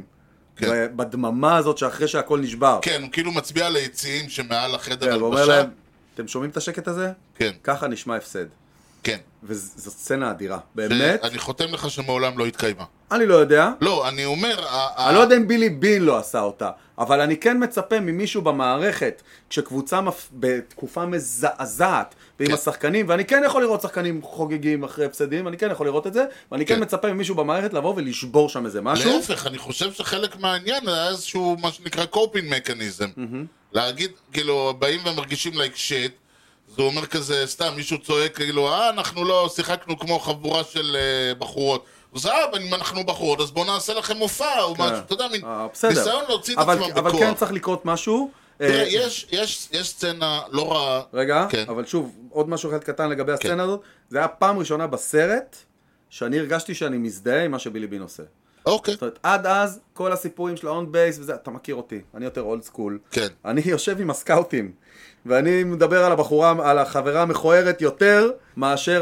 Speaker 1: בדממה הזאת שאחרי שהכל נשבר.
Speaker 2: כן, הוא כאילו מצביע ליציאים שמעל החדר הלבשה.
Speaker 1: הוא אומר להם, אתם שומעים את השקט הזה?
Speaker 2: כן.
Speaker 1: ככה נשמע הפסד.
Speaker 2: כן.
Speaker 1: וזו סצנה אדירה, באמת.
Speaker 2: אני חותם לך שמעולם לא התקיימה.
Speaker 1: אני לא יודע.
Speaker 2: לא, אני אומר...
Speaker 1: אני לא יודע אם בילי בין לא עשה אותה, אבל אני כן מצפה ממישהו במערכת, כשקבוצה בתקופה מזעזעת, ועם השחקנים, ואני כן יכול לראות שחקנים חוגגים אחרי הפסדים, ואני כן יכול לראות את זה, ואני כן מצפה ממישהו במערכת לבוא ולשבור שם איזה משהו.
Speaker 2: להפך, אני חושב שחלק מהעניין היה איזשהו, מה שנקרא קופינג מקניזם. להגיד, כאילו, באים ומרגישים like shit, זה אומר כזה, סתם, מישהו צועק, כאילו, אנחנו לא שיחקנו כמו חבורה של בחורות. אז אם אנחנו בחורות, אז בואו נעשה לכם מופע, או משהו, אתה יודע, ניסיון להוציא את עצמם בכוח.
Speaker 1: אבל כן צריך לקרות משהו.
Speaker 2: תראה, יש סצנה לא רעה.
Speaker 1: רגע, אבל שוב, עוד משהו אחד קטן לגבי הסצנה הזאת, זה היה פעם ראשונה בסרט, שאני הרגשתי שאני מזדהה עם מה שבילי בין עושה.
Speaker 2: אוקיי.
Speaker 1: זאת אומרת, עד אז, כל הסיפורים של האון בייס וזה, אתה מכיר אותי, אני יותר אולד סקול.
Speaker 2: כן.
Speaker 1: אני יושב עם הסקאוטים, ואני מדבר על הבחורה, על החברה המכוערת יותר, מאשר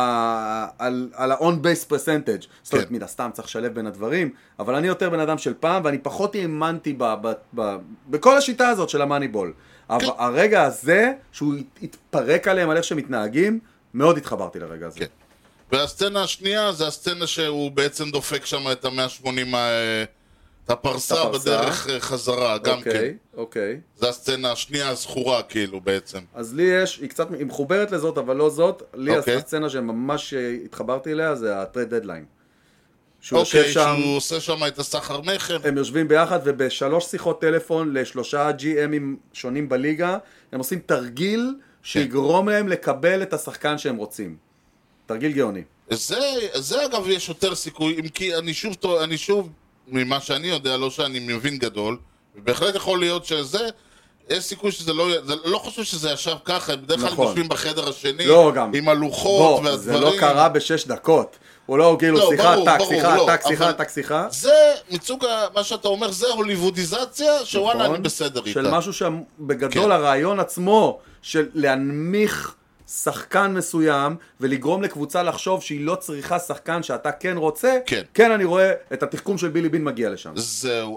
Speaker 1: על ה-on base percentage. זאת אומרת, מן הסתם צריך לשלב בין הדברים, אבל אני יותר בן אדם של פעם, ואני פחות האמנתי בכל השיטה הזאת של המאניבול. אבל הרגע הזה, שהוא התפרק עליהם על איך שמתנהגים, מאוד התחברתי לרגע הזה.
Speaker 2: כן. והסצנה השנייה זה הסצנה שהוא בעצם דופק שם את ה-180, את הפרסה בדרך חזרה, גם כן.
Speaker 1: אוקיי.
Speaker 2: זה הסצנה השנייה הזכורה כאילו בעצם.
Speaker 1: אז לי יש, היא מחוברת לזאת אבל לא זאת, לי הסצנה שממש התחברתי אליה זה הטרייד דדליין.
Speaker 2: אוקיי, שהוא עושה שם את הסחר מכר.
Speaker 1: הם יושבים ביחד ובשלוש שיחות טלפון לשלושה GM'ים שונים בליגה, הם עושים תרגיל שיגרום להם לקבל את השחקן שהם רוצים. תרגיל גאוני.
Speaker 2: זה אגב יש יותר סיכוי, אם כי אני שוב, ממה שאני יודע, לא שאני מבין גדול, ובהחלט יכול להיות שזה, יש סיכוי שזה לא חושב שזה ישב ככה, בדרך כלל יושבים בחדר השני, עם הלוחות והדברים.
Speaker 1: זה לא קרה ב6 דקות. הוא לא כאילו שיחה, טק, שיחה.
Speaker 2: זה, מצוג מה שאתה אומר, זה הוליוודיזציה, שוואלה אני בסדר איתה.
Speaker 1: של משהו שבגדול הרעיון עצמו, של להנמיך שחקן מסוים, ולגרום לקבוצה לחשוב שהיא לא צריכה שחקן שאתה כן רוצה, כן אני רואה את התחכום של בילי בין מגיע לשם.
Speaker 2: זהו,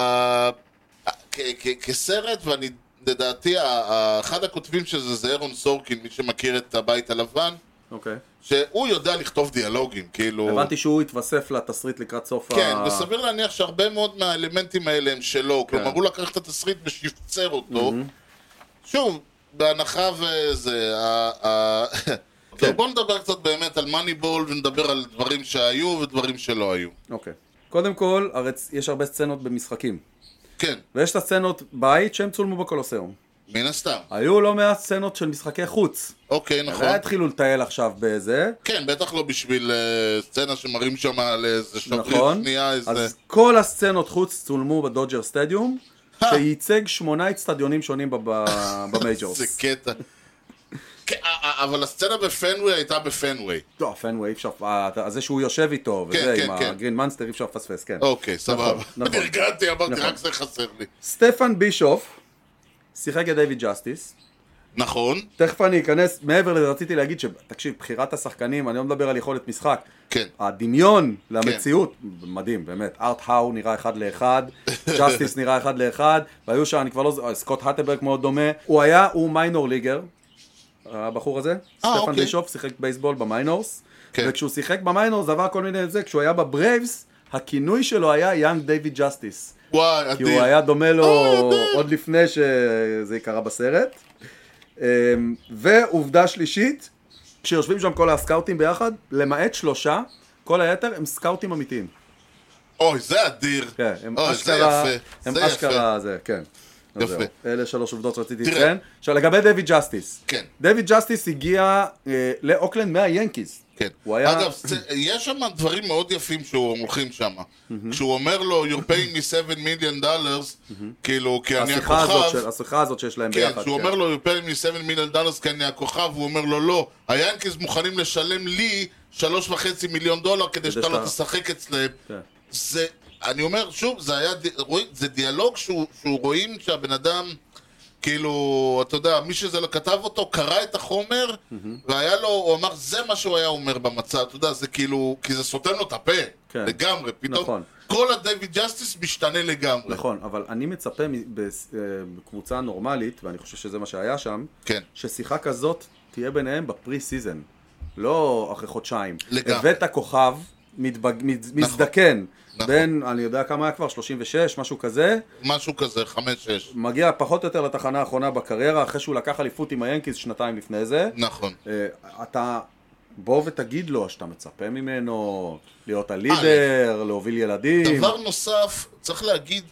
Speaker 2: כסרט, ואני לדעתי, אחד הכותבים שזה זה אירון סורקין, מי שמכיר את הבית הלבן, שהוא יודע לכתוב דיאלוגים, כאילו...
Speaker 1: הבנתי שהוא התווסף לתסריט לקראת סוף
Speaker 2: כן, וסביר להניח שהרבה מאוד מהאלמנטים האלה הם שלו, כלומר הוא לקח את התסריט ושפצר אותו. שוב, בהנחה וזה... בואו נדבר קצת באמת על מאניבול, ונדבר על דברים שהיו ודברים שלא היו.
Speaker 1: אוקיי. קודם כל, יש הרבה סצנות במשחקים.
Speaker 2: כן.
Speaker 1: ויש את הסצנות בית שהם צולמו בקולוסיאום.
Speaker 2: מן הסתם.
Speaker 1: היו לא מעט סצנות של משחקי חוץ.
Speaker 2: אוקיי, נכון.
Speaker 1: התחילו לטייל עכשיו בזה.
Speaker 2: כן, בטח לא בשביל סצנה שמראים שם על איזה שבריר שנייה, איזה...
Speaker 1: אז כל הסצנות חוץ צולמו בדודג'ר סטדיום, שייצג 8 אצטדיונים שונים במייג'ורס.
Speaker 2: זה קטע. אבל הסצנה בפנווי הייתה בפנווי.
Speaker 1: לא, פנווי אי אפשר, זה שהוא יושב איתו, וזה עם הגרין מנסטר אי אפשר לפספס, כן.
Speaker 2: אוקיי, סבבה. נרגעתי, אמרתי, רק זה חסר לי.
Speaker 1: סטפן בישוף שיחק את דיוויד ג'סטיס.
Speaker 2: נכון.
Speaker 1: תכף אני אכנס, מעבר לזה רציתי להגיד תקשיב, בחירת השחקנים, אני לא מדבר על יכולת משחק.
Speaker 2: כן.
Speaker 1: הדמיון למציאות, מדהים, באמת. ארט האו נראה 1-1, ג'סטיס נראה 1-1, והיו שם, אני כבר לא... סקוט האטברג מאוד דומה. הוא מיינור ליגר, הבחור הזה. סטפן בישוף שיחק בייסבול במיינורס. וכשהוא שיחק במיינורס, עבר כל מיני זה, כשהוא היה בברייבס, הכינוי שלו היה יאנג דיוויד ג'סטיס.
Speaker 2: וואי,
Speaker 1: כי הוא היה דומה לו עוד לפני שזה יקרה בסרט. ועובדה שלישית, כשיושבים שם כל הסקאוטים ביחד, למעט 3, כל היתר הם סקאוטים אמיתיים.
Speaker 2: אוי, זה אדיר.
Speaker 1: כן, הם אשכרה, זה, כן. יפה. אלה 3 עובדות רציתי לציין. עכשיו, לגבי דיוויד ג'סטיס.
Speaker 2: כן.
Speaker 1: דיוויד ג'סטיס הגיע לאוקלנד מהיאנקיז.
Speaker 2: כן. אגב, יש שם דברים מאוד יפים שהוא הולכים שם. כשהוא אומר לו, you're paying me $7 million, כאילו, כי אני הכוכב.
Speaker 1: השיחה הזאת שיש להם ביחד.
Speaker 2: כן, כשהוא אומר לו, you're paying me $7 million, כי אני הכוכב, הוא אומר לו, לא, היאנקיז מוכנים לשלם לי $3.5 מיליון כדי שאתה לא תשחק אצלם. זה, אני אומר, שוב, זה דיאלוג שהוא רואים שהבן אדם... כאילו, אתה יודע, מי שזה לא כתב אותו, קרא את החומר, והיה לו, הוא אמר, זה מה שהוא היה אומר במצב, אתה יודע, זה כאילו, כי זה סותם לו את הפה, לגמרי, פתאום, כל הדיוויד ג'סטיס משתנה לגמרי.
Speaker 1: נכון, אבל אני מצפה בקבוצה נורמלית, ואני חושב שזה מה שהיה שם, ששיחה כזאת תהיה ביניהם בפרי סיזן, לא אחרי חודשיים. הבאת הכוכב, מזדקן, בין, אני יודע כמה היה כבר, 36, משהו כזה.
Speaker 2: משהו כזה, 5-6.
Speaker 1: מגיע פחות או יותר לתחנה האחרונה בקריירה, אחרי שהוא לקח אליפות עם היאנקיז 2 לפני זה.
Speaker 2: נכון.
Speaker 1: אתה בוא ותגיד לו שאתה מצפה ממנו להיות הלידר, להוביל ילדים.
Speaker 2: דבר נוסף, צריך להגיד,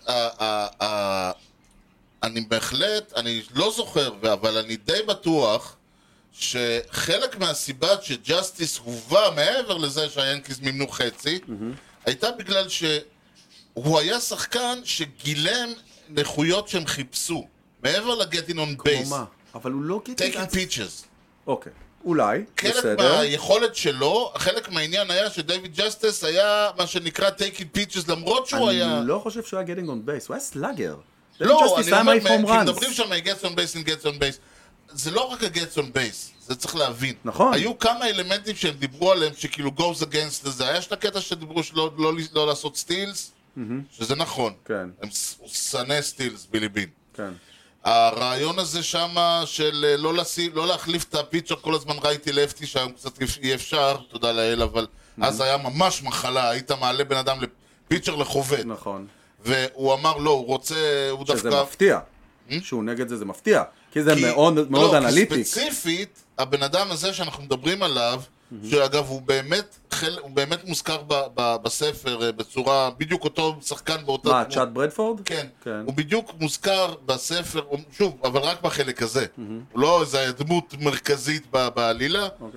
Speaker 2: אני בהחלט, אני לא זוכר, אבל אני די בטוח, שחלק מהסיבה שג'סטיס הובא מעבר לזה שהיאנקיז מימנו חצי, הייתה בגלל שהוא היה שחקן שגילם נכויות שהם חיפשו, מעבר לגטין און בייס.
Speaker 1: כמו מה? אבל הוא לא
Speaker 2: taking pitches.
Speaker 1: אוקיי, אולי, בסדר.
Speaker 2: חלק מהיכולת שלו, חלק מהעניין היה שדייוויד ג'סטיס היה מה שנקרא taking pitches, למרות שהוא היה...
Speaker 1: אני לא חושב שהוא היה getting on base, הוא היה סלאגר.
Speaker 2: לא, אני אומר, כשמדברים שם gets on base and gets on base, זה לא רק ה-gets on base, זה צריך להבין.
Speaker 1: נכון.
Speaker 2: היו כמה אלמנטים שהם דיברו עליהם, שכאילו goes against זה. היה את הקטע שדיברו לא לעשות סטילס, שזה נכון.
Speaker 1: כן.
Speaker 2: הוא שנא סטילס, בילי בין.
Speaker 1: כן.
Speaker 2: הרעיון הזה שם של לא להחליף את הפיצ'ר, כל הזמן ראיתי לפטי שהיום קצת אי אפשר, תודה לאל, אבל אז היה ממש מחלה, היית מעלה בן אדם לפיצ'ר לחובד.
Speaker 1: נכון.
Speaker 2: והוא אמר לא, הוא רוצה, הוא דווקא...
Speaker 1: שזה מפתיע. שהוא נגד זה מפתיע. כי זה מאוד אנליטיק.
Speaker 2: כי ספציפית, הבן אדם הזה שאנחנו מדברים עליו, שאגב הוא באמת מוזכר בספר בצורה, בדיוק אותו שחקן באותה...
Speaker 1: מה, צ'אט ברדפורד?
Speaker 2: כן, הוא בדיוק מוזכר בספר, שוב, אבל רק בחלק הזה. הוא לא איזו דמות מרכזית בעלילה.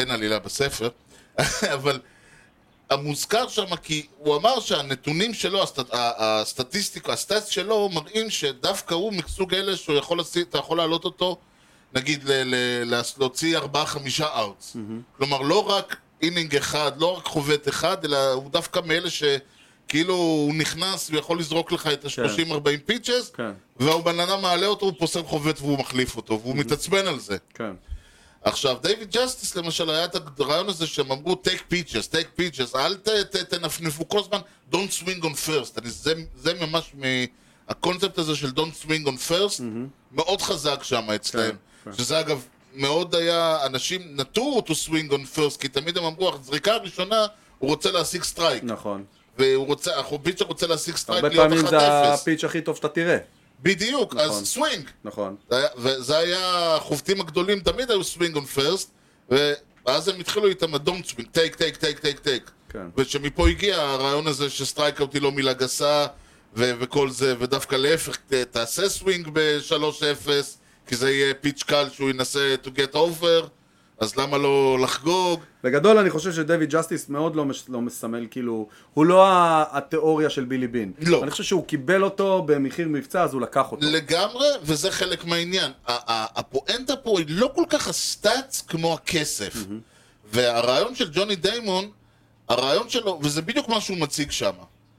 Speaker 2: אין עלילה בספר, אבל המוזכר שם, כי הוא אמר שהנתונים שלו, הסטטיסטיקה, הסטאצ שלו, מראים שדווקא הוא מסוג אלה אתה יכול להעלות אותו, נגיד, להוציא 4-5 אאוטס. כלומר, לא רק אינינג אחד, לא רק חובט אחד, אלא הוא דווקא מאלה שכאילו הוא נכנס ויכול לזרוק לך את ה-30-40 פיצ'ס, והוא בננה מעלה אותו, הוא פוסל חובט והוא מחליף אותו, והוא מתעצבן על זה. עכשיו, דיוויד ג'סטיס למשל היה את הרעיון הזה שהם אמרו take pitches, אל תנפנפו כל הזמן, don't swing on first. זה ממש הקונספט הזה של don't swing on first, מאוד חזק שם אצלהם. שזה אגב, מאוד היה, אנשים נטו to swing on first, כי תמיד הם אמרו, הזריקה הראשונה, הוא רוצה להשיג סטרייק.
Speaker 1: נכון.
Speaker 2: הפיצ'ר רוצה להשיג סטרייק
Speaker 1: להיות 1-0. הרבה פעמים זה הפיץ' הכי טוב שאתה תראה.
Speaker 2: בדיוק, אז סווינג.
Speaker 1: נכון.
Speaker 2: וזה היה, החובטים הגדולים תמיד היו סווינג on first, ואז הם התחילו איתם ה-don't swing, take. ושמפה הגיע הרעיון הזה שסטרייקאוט היא לא מילה גסה, וכל זה, ודווקא להפך, תעשה סווינג ב-3-0, כי זה יהיה פיץ' קל שהוא ינסה to get over, אז למה לא לחגוג?
Speaker 1: בגדול אני חושב שדויד ג'סטיס מאוד לא מסמל, כאילו, הוא לא התיאוריה של בילי בין.
Speaker 2: לא.
Speaker 1: אני חושב שהוא קיבל אותו במחיר מבצע, אז הוא לקח אותו.
Speaker 2: לגמרי, וזה חלק מהעניין. הפואנטה פה היא לא כל כך הסטאצ כמו הכסף. והרעיון של ג'וני דיימון, הרעיון שלו, וזה בדיוק מה שהוא מציג שם.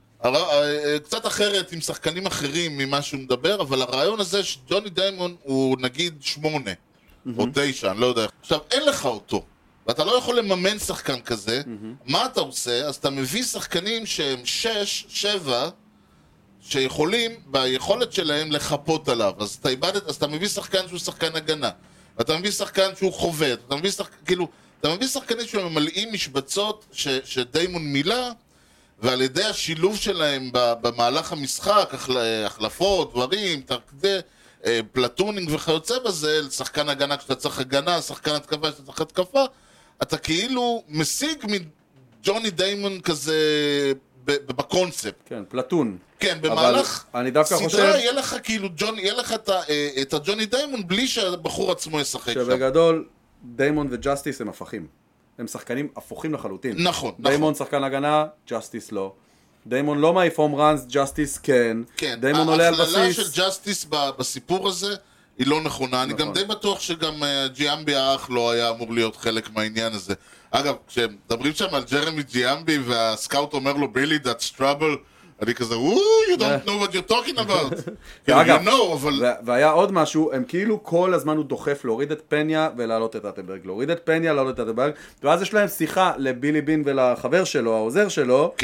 Speaker 2: קצת אחרת עם שחקנים אחרים ממה שהוא מדבר, אבל הרעיון הזה שג'וני דיימון הוא נגיד 8 או 9, אני לא יודע. עכשיו, אין לך אותו, ואתה לא יכול לממן שחקן כזה. מה אתה עושה? אז אתה מביא שחקנים שהם 6, 7, שיכולים ביכולת שלהם לחפות עליו. אז אתה מביא שחקן שהוא שחקן הגנה, ואתה מביא שחקן שהוא חובט, אתה מביא שחקנים שממלאים משבצות שדיימון מילה, ועל ידי השילוב שלהם במהלך המשחק, החלפות, דברים, פלטונינג וכיוצא בזה, שחקן הגנה כשאתה צריך הגנה, שחקן התקפה כשאתה צריך התקפה, אתה כאילו משיג מג'וני דיימון כזה בקונספט.
Speaker 1: כן, פלטון.
Speaker 2: כן, במהלך סדרה יהיה לך כאילו, יהיה לך את הג'וני דיימון בלי שהבחור עצמו ישחק שם.
Speaker 1: שבגדול, דיימון וג'סטיס הם הפכים. הם שחקנים הפוכים לחלוטין.
Speaker 2: נכון.
Speaker 1: דיימון שחקן הגנה, ג'סטיס לא. דיימון לא מעיף הום ראנס, ג'סטיס כן.
Speaker 2: כן.
Speaker 1: דיימון עולה על בסיס.
Speaker 2: ההכללה של ג'סטיס בסיפור הזה היא לא נכונה. אני גם די בטוח שגם ג'יאמבי האח לא היה אמור להיות חלק מהעניין הזה. אגב, כשמדברים שם על ג'רמי ג'יאמבי והסקאוט אומר לו, בילי, that's trouble, אני כזה, you don't know what you're talking about.
Speaker 1: אגב, והיה עוד משהו, הם כאילו כל הזמן הוא דוחף להוריד את פניה ולהעלות את אטנברג, להוריד את פניה, להעלות את אטנברג, ואז יש להם שיחה לבילי בין ולחבר שלו, העוזר שלו,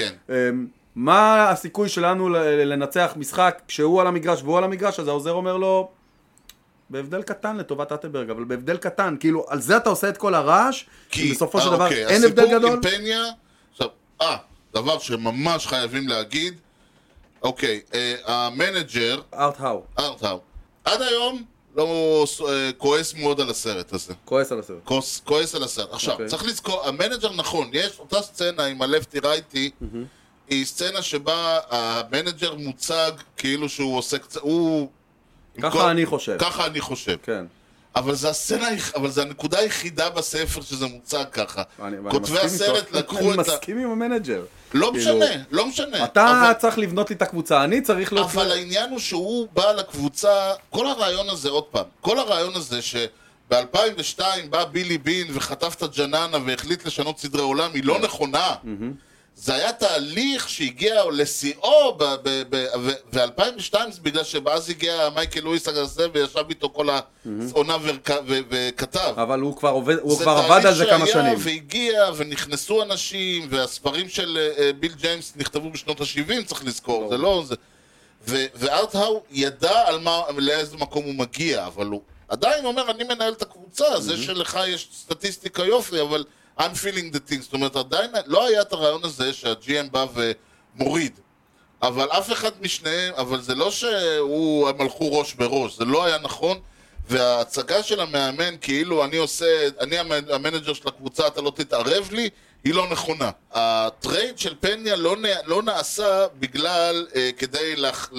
Speaker 1: מה הסיכוי שלנו לנצח משחק כשהוא על המגרש והוא על המגרש, אז העוזר אומר לו, בהבדל קטן לטובת אטנברג, אבל בהבדל קטן, כאילו על זה אתה עושה את כל הרעש, כי בסופו של דבר אין הבדל גדול.
Speaker 2: הסיפור עם פניה, עכשיו, דבר שממש חייבים להגיד, אוקיי, המנג'ר
Speaker 1: ארט האו
Speaker 2: עד היום לא כועס מאוד על הסרט הזה.
Speaker 1: כועס על הסרט.
Speaker 2: כועס על הסרט. עכשיו, צריך לזכור, המנג'ר נכון, יש אותה סצנה עם הלפטי רייטי, היא סצנה שבה המנג'ר מוצג כאילו שהוא עושה קצת,
Speaker 1: ככה אני חושב.
Speaker 2: ככה אני חושב.
Speaker 1: כן.
Speaker 2: אבל זה הסצנה, אבל זה הנקודה היחידה בספר שזה מוצג ככה. כותבי הסרט לקחו את
Speaker 1: אני מסכים עם המנג'ר.
Speaker 2: לא משנה, לא משנה.
Speaker 1: אתה צריך לבנות לי את הקבוצה, אני צריך לא...
Speaker 2: אבל העניין הוא שהוא בא לקבוצה, כל הרעיון הזה, עוד פעם, כל הרעיון הזה שב-2002 בא בילי בין וחטף את הג'ננה והחליט לשנות סדרי עולם, היא לא נכונה. זה היה תהליך שהגיע לשיאו ב-2002, בגלל שבאז הגיע מייקל לואיס הזה וישב איתו כל העונה וכתב.
Speaker 1: אבל הוא כבר עבד על זה כמה שנים.
Speaker 2: זה תהליך שהיה והגיע ונכנסו אנשים, והספרים של ביל ג'יימס נכתבו בשנות ה-70, צריך לזכור, זה לא זה. וארט האו ידע לאיזה מקום הוא מגיע, אבל הוא עדיין אומר, אני מנהל את הקבוצה, זה שלך יש סטטיסטיקה יופי, אבל... I'm feeling the thing, זאת אומרת, עדיין לא היה את הרעיון הזה שה-GM בא ומוריד, אבל אף אחד משניהם, אבל זה לא שהוא הלכו ראש בראש, זה לא היה נכון, וההצגה של המאמן, כאילו אני המנג'ר של הקבוצה, אתה לא תתערב לי, היא לא נכונה. הטרייד של פניה לא נעשה בגלל, כדי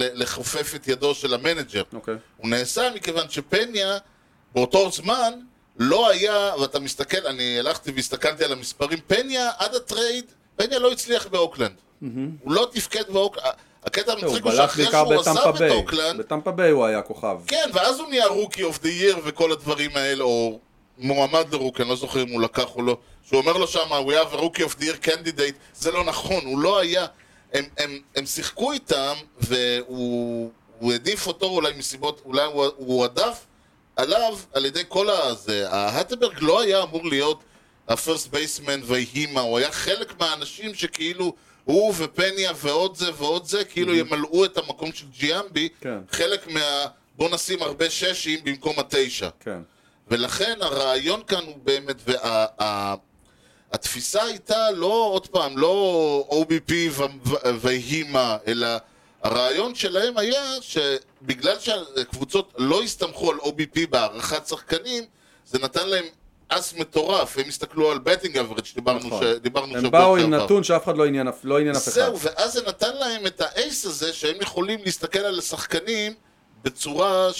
Speaker 2: לחופף את ידו של המנג'ר. הוא נעשה מכיוון שפניה, באותו זמן, לא היה, ואתה מסתכל, אני הלכתי והסתכלתי על המספרים, פניה עד הטרייד, פניה לא הצליח באוקלנד. הוא לא תפקד באוקלנד. הקטע המצחיק הוא שאחרי שהוא עזב את אוקלנד...
Speaker 1: בטמפה ביי הוא היה כוכב.
Speaker 2: כן, ואז הוא נהיה רוקי אוף דה ייר וכל הדברים האלה, או מועמד לרוקי, אני לא זוכר אם הוא לקח או לא, שהוא אומר לו שם, we have a rookie of the year candidate, זה לא נכון, הוא לא היה... הם שיחקו איתם, והוא העדיף אותו אולי מסיבות, אולי הוא עדף עליו על ידי כל הזה. ההטברג לא היה אמור להיות הפרסט בייסמן והימה, הוא היה חלק מהאנשים שכאילו הוא ופניה ועוד זה ועוד זה, כאילו ימלאו את המקום של ג'יאמבי, חלק בוא נשים הרבה ששים במקום 9. ולכן הרעיון כאן הוא באמת, התפיסה הייתה לא, עוד פעם, לא OBP והימה, אלא הרעיון שלהם היה שבגלל שהקבוצות לא הסתמכו על OBP בערכת שחקנים, זה נתן להם אס מטורף, הם הסתכלו על בטינג אברג' שדיברנו שבוע שעבר.
Speaker 1: הם באו עם נתון שאף אחד לא עניין אף אחד.
Speaker 2: זהו, ואז זה נתן להם את האייס הזה שהם יכולים להסתכל על השחקנים בצורה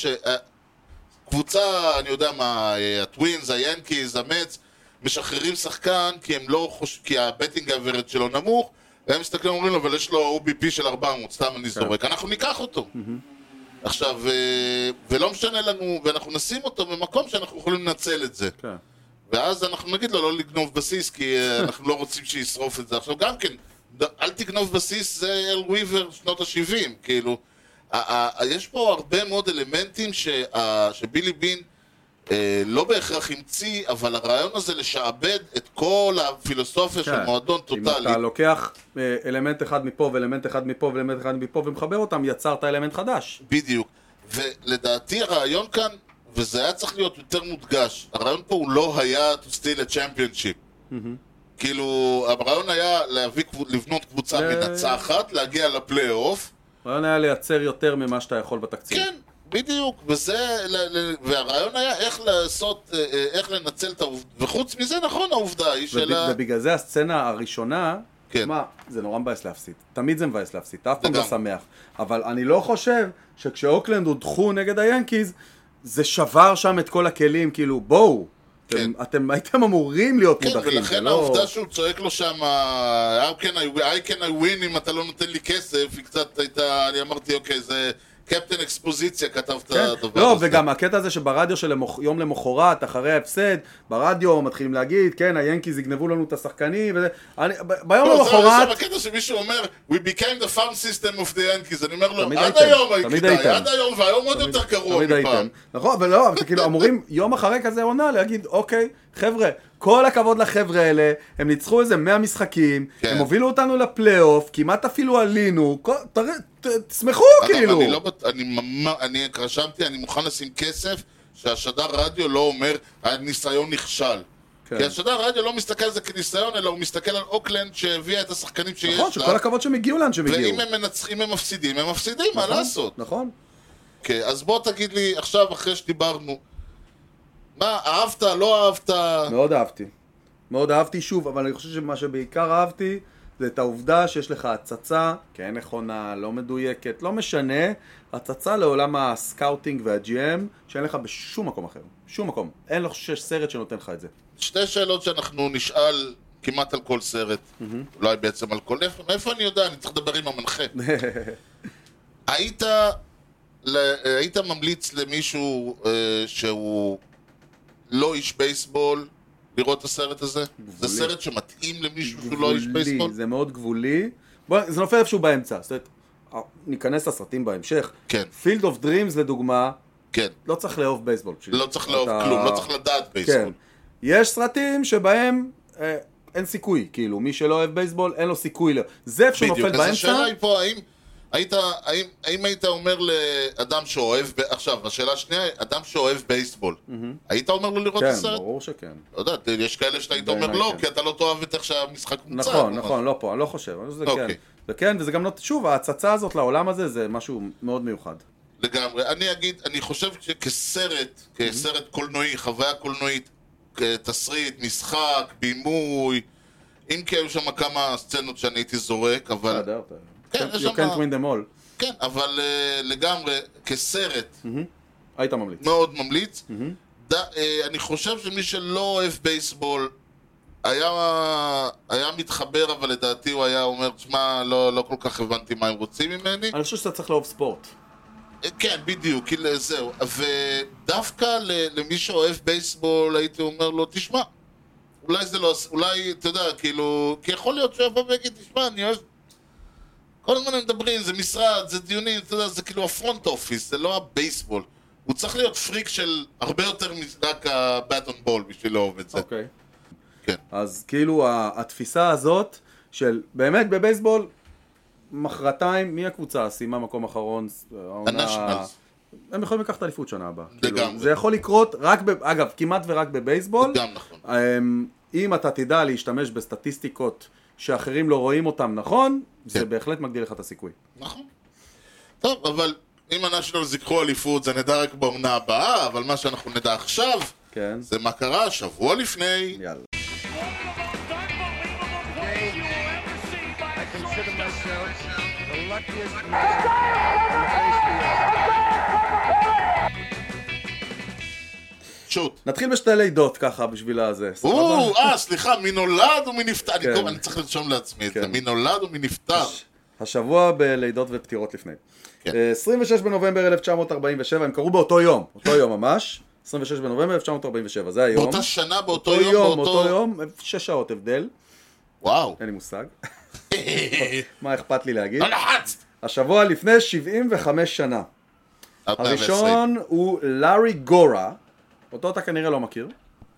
Speaker 2: קבוצה, אני יודע מה, הטווינס, היאנקיז, המץ, משחררים שחקן כי הבטינג אברג' שלו נמוך, והם מסתכלים ואומרים לו, אבל יש לו OBP של 400, סתם אני זורק, אנחנו ניקח אותו. עכשיו, ולא משנה לנו, ואנחנו נשים אותו במקום שאנחנו יכולים לנצל את זה. ואז אנחנו נגיד לו לא לגנוב בסיס, כי אנחנו לא רוצים שישרוף את זה. עכשיו גם כן, אל תגנוב בסיס, זה אל וויבר שנות ה-70, כאילו. יש פה הרבה מאוד אלמנטים שבילי בין לא בהכרח המציא, אבל הרעיון הזה לשעבד את כל הפילוסופיה של מועדון טוטלי.
Speaker 1: אם אתה לוקח אלמנט אחד מפה ואלמנט אחד מפה ואלמנט אחד מפה ומחבר אותם, יצרת אלמנט חדש.
Speaker 2: בדיוק. ולדעתי הרעיון כאן, וזה היה צריך להיות יותר מודגש, הרעיון פה הוא לא היה to steal a championship. כאילו, הרעיון היה לבנות קבוצה מנצחת, להגיע לפלייאוף.
Speaker 1: הרעיון היה לייצר יותר ממה שאתה יכול בתקציב.
Speaker 2: כן. בדיוק, והרעיון היה איך לנצל את העובדה, וחוץ מזה נכון העובדה היא
Speaker 1: ובגלל זה הסצנה הראשונה, זה נורא מבאס להפסיד, תמיד זה מבאס להפסיד, אף פעם לא שמח, אבל אני לא חושב שכשאוקלנד הודחו נגד היאנקיז, זה שבר שם את כל הכלים, כאילו בואו, אתם הייתם אמורים להיות מודחים.
Speaker 2: כן, ולכן העובדה שהוא צועק לו שם, I can I win אם אתה לא נותן לי כסף, היא קצת הייתה, אני אמרתי אוקיי, זה... קפטן אקספוזיציה כתב את הדבר
Speaker 1: לא, הזה. וגם הקטע הזה שברדיו של יום למחרת, אחרי ההפסד, ברדיו מתחילים להגיד, כן, היאנקיז יגנבו לנו את השחקנים, ביום למחרת...
Speaker 2: זה הקטע שמישהו אומר, we became the farm system of the Yankees, אני אומר לו, עד היום הייתי, עד היום, והיום עוד יותר קרוב מפעם.
Speaker 1: נכון, ולא, כאילו אמורים יום אחרי כזה עונה להגיד, אוקיי, חבר'ה, כל הכבוד לחבר'ה האלה, הם ניצחו איזה 100 משחקים, הם הובילו אותנו לפלייאוף, כמעט אפילו עלינו, תשמחו כאילו.
Speaker 2: אני רשמתי, אני מוכן לשים כסף שהשדר רדיו לא אומר, הניסיון נכשל. כי השדר רדיו לא מסתכל על זה כניסיון, אלא הוא מסתכל על אוקלנד שהביאה את השחקנים שיש לה.
Speaker 1: נכון, שכל הכבוד שהם הגיעו לאן שהם הגיעו.
Speaker 2: ואם הם מנצחים, הם מפסידים, מה לעשות?
Speaker 1: נכון.
Speaker 2: אז בוא תגיד לי, עכשיו אחרי שדיברנו, מה, אהבת, לא אהבת?
Speaker 1: מאוד אהבתי. מאוד אהבתי שוב, אבל אני חושב שמה שבעיקר אהבתי זה את העובדה שיש לך הצצה, כן נכונה, לא מדויקת, לא משנה, הצצה לעולם הסקאוטינג וה-GM שאין לך בשום מקום אחר. שום מקום. אין לך סרט שנותן לך את זה.
Speaker 2: שתי שאלות שאנחנו נשאל כמעט על כל סרט. אולי בעצם על כל... מאיפה אני יודע? אני צריך לדבר עם המנחה. היית ממליץ למישהו שהוא לא איש בייסבול לראות את הסרט הזה? זה סרט שמתאים למישהו שהוא לא איש בייסבול?
Speaker 1: זה מאוד גבולי. זה נופל איפשהו באמצע. זאת אומרת, ניכנס לסרטים בהמשך.
Speaker 2: כן.
Speaker 1: Field of Dreams לדוגמה,
Speaker 2: כן.
Speaker 1: לא צריך לאהוב בייסבול.
Speaker 2: לא צריך לאהוב כלום, לא צריך לדעת בייסבול.
Speaker 1: כן. יש סרטים שבהם אין סיכוי, כאילו, מי שלא אוהב בייסבול, אין לו סיכוי. זה איפשהו נופל באמצע.
Speaker 2: אז השאלה היא פה, האם היית אומר לאדם שאוהב, עכשיו, השאלה השנייה, אדם שאוהב בייסבול, היית אומר לו לראות את הסרט?
Speaker 1: כן, ברור שכן.
Speaker 2: לא יודע, יש כאלה שאתה היית אומר לא, כי אתה לא תאהב את איך שהמשחק מוצא.
Speaker 1: נכון, לא פה, אני לא חושב. זה כן, וזה גם, שוב, ההצצה הזאת לעולם הזה זה משהו מאוד מיוחד.
Speaker 2: לגמרי. אני חושב שכסרט, כסרט קולנועי, חוויה קולנועית, תסריט, משחק, בימוי, אם כי היו שם כמה סצנות שאני הייתי זורק, אבל...
Speaker 1: כן, you can't win them all.
Speaker 2: כן, אבל לגמרי, כסרט,
Speaker 1: היית ממליץ.
Speaker 2: מאוד ממליץ. אני חושב שמי שלא אוהב בייסבול היה מתחבר, אבל לדעתי הוא היה אומר, שמע, לא כל כך הבנתי מה הם רוצים ממני.
Speaker 1: אני חושב שאתה צריך לאהוב ספורט.
Speaker 2: כן, בדיוק, זהו. ודווקא למי שאוהב בייסבול הייתי אומר לו, תשמע, אולי זה לא, אולי, אתה יודע, כאילו, כי יכול להיות שהוא יבוא ויגיד, תשמע, אני אוהב, כל הזמן הם מדברים, זה משרד, זה דיונים, אתה יודע, זה כאילו הפרונט אופיס, זה לא הבייסבול. הוא צריך להיות פריק של הרבה יותר רק הבאט און בול בשביל לאהוב את זה.
Speaker 1: אוקיי.
Speaker 2: כן.
Speaker 1: אז כאילו התפיסה הזאת של באמת בבייסבול, מחרתיים, מי הקבוצה? סיימה מקום אחרון,
Speaker 2: הנשיונלס.
Speaker 1: הם יכולים לקחת אליפות שנה הבאה.
Speaker 2: לגמרי.
Speaker 1: זה יכול לקרות רק, אגב, כמעט ורק בבייסבול.
Speaker 2: גם נכון.
Speaker 1: אם אתה תדע להשתמש בסטטיסטיקות שאחרים לא רואים אותם נכון, זה בהחלט מגדיל לך את הסיכוי.
Speaker 2: נכון. טוב, אבל אם הנשיונלס ייקחו אליפות, זה נדע רק בעונה הבאה, אבל מה שאנחנו נדע עכשיו, זה מה קרה שבוע לפני.
Speaker 1: יאללה.
Speaker 2: שוט.
Speaker 1: נתחיל בשתי לידות ככה בשביל הזה.
Speaker 2: סליחה, מי נולד ומי נפטר. אני צריך לרשום לעצמי את זה. מי נולד ומי נפטר.
Speaker 1: השבוע בלידות ופטירות לפני. 26 בנובמבר 1947, הם קראו באותו יום, אותו יום ממש. 26 בנובמבר 1947, זה היום.
Speaker 2: באותה שנה, באותו יום,
Speaker 1: באותו יום, 6 שעות הבדל.
Speaker 2: וואו.
Speaker 1: אין לי מושג. מה אכפת לי להגיד?
Speaker 2: לא לחצת!
Speaker 1: השבוע לפני 75 שנה. הראשון הוא לארי גורה, אותו אתה כנראה לא מכיר.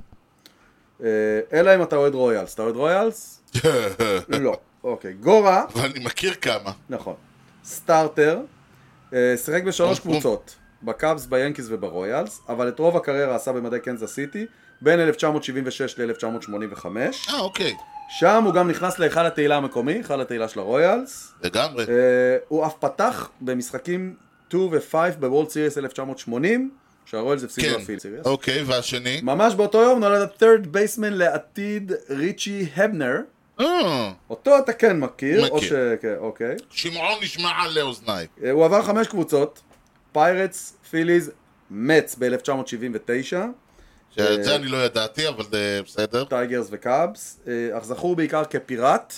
Speaker 1: אלא אם אתה אוהד רויאלס. אתה אוהד רויאלס? לא. אוקיי, גורה.
Speaker 2: אבל אני מכיר כמה.
Speaker 1: נכון. סטארטר, שיחק בשלוש קבוצות, בקאבס, ביאנקיז וברויאלס, אבל את רוב הקריירה עשה במדי קנזס סיטי, בין 1976 ל-1985.
Speaker 2: אוקיי.
Speaker 1: שם הוא גם נכנס להיכל התהילה המקומי, היכל התהילה של הרויאלס.
Speaker 2: לגמרי.
Speaker 1: הוא אף פתח במשחקים 2 ו-5 בוולד סיריס 1980, שהרויאלס הפסידו לפיל סיריס.
Speaker 2: אוקיי, והשני?
Speaker 1: ממש באותו יום נולד ה-third baseman לעתיד ריצ'י הבנר. אותו אתה כן מכיר. אוקיי.
Speaker 2: שמעון נשמע על לאוזניי.
Speaker 1: הוא עבר 5 קבוצות, פיירטס, פיליז, מצ ב-1979.
Speaker 2: את זה אני לא ידעתי, אבל זה בסדר.
Speaker 1: טייגרס וקאבס, אך זכור בעיקר כפיראט.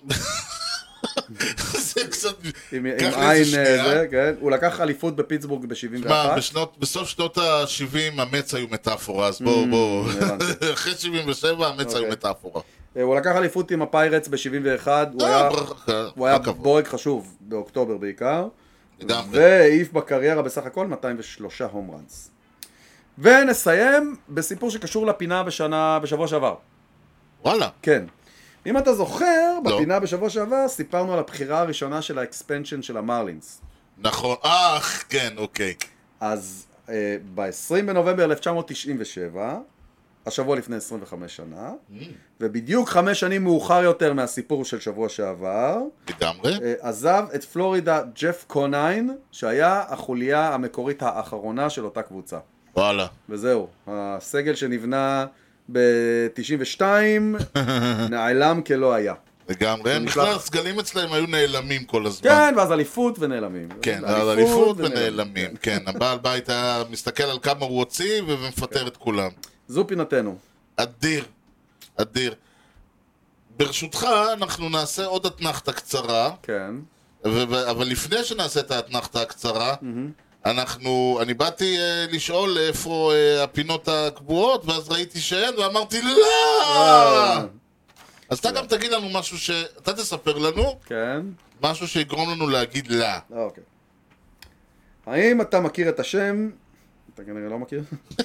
Speaker 2: זה קצת...
Speaker 1: עם עין זה, כן. הוא לקח אליפות בפיטסבורג ב-71.
Speaker 2: בסוף שנות ה-70 המץ היו מטאפורה, אז בואו. אחרי 77 המץ היו מטאפורה.
Speaker 1: הוא לקח אליפות עם הפיירטס ב-71, הוא היה בורג חשוב, באוקטובר בעיקר. והעיף בקריירה בסך הכל 203 הום ראנס. ונסיים בסיפור שקשור לפינה בשבוע שעבר.
Speaker 2: וואלה.
Speaker 1: כן. אם אתה זוכר, בפינה בשבוע שעבר סיפרנו על הבחירה הראשונה של האקספנשן של המרלינס.
Speaker 2: נכון, כן, אוקיי.
Speaker 1: אז ב-20 בנובמבר 1997, השבוע לפני 25 שנה, ובדיוק 5 שנים מאוחר יותר מהסיפור של שבוע שעבר,
Speaker 2: לגמרי.
Speaker 1: עזב את פלורידה ג'ף קוניין, שהיה החוליה המקורית האחרונה של אותה קבוצה.
Speaker 2: וואלה.
Speaker 1: וזהו, הסגל שנבנה ב-92 נעלם כלא היה.
Speaker 2: לגמרי, בכלל הסגלים אצלהם היו נעלמים כל הזמן.
Speaker 1: כן, ואז אליפות ונעלמים.
Speaker 2: כן, אליפות ונעלמים. כן, הבעל בית היה מסתכל על כמה הוא הוציא ומפטר את כולם.
Speaker 1: זו פינתנו.
Speaker 2: אדיר, אדיר. ברשותך, אנחנו נעשה עוד אתנחתה קצרה.
Speaker 1: כן.
Speaker 2: אבל לפני שנעשה את האתנחתה הקצרה, אני באתי לשאול איפה הפינות הקבועות, ואז ראיתי שאין, ואמרתי לא! אז אתה גם תגיד לנו משהו אתה תספר לנו.
Speaker 1: כן.
Speaker 2: משהו שיגרום לנו להגיד לא.
Speaker 1: אוקיי. האם אתה מכיר את השם? אתה כנראה לא מכיר.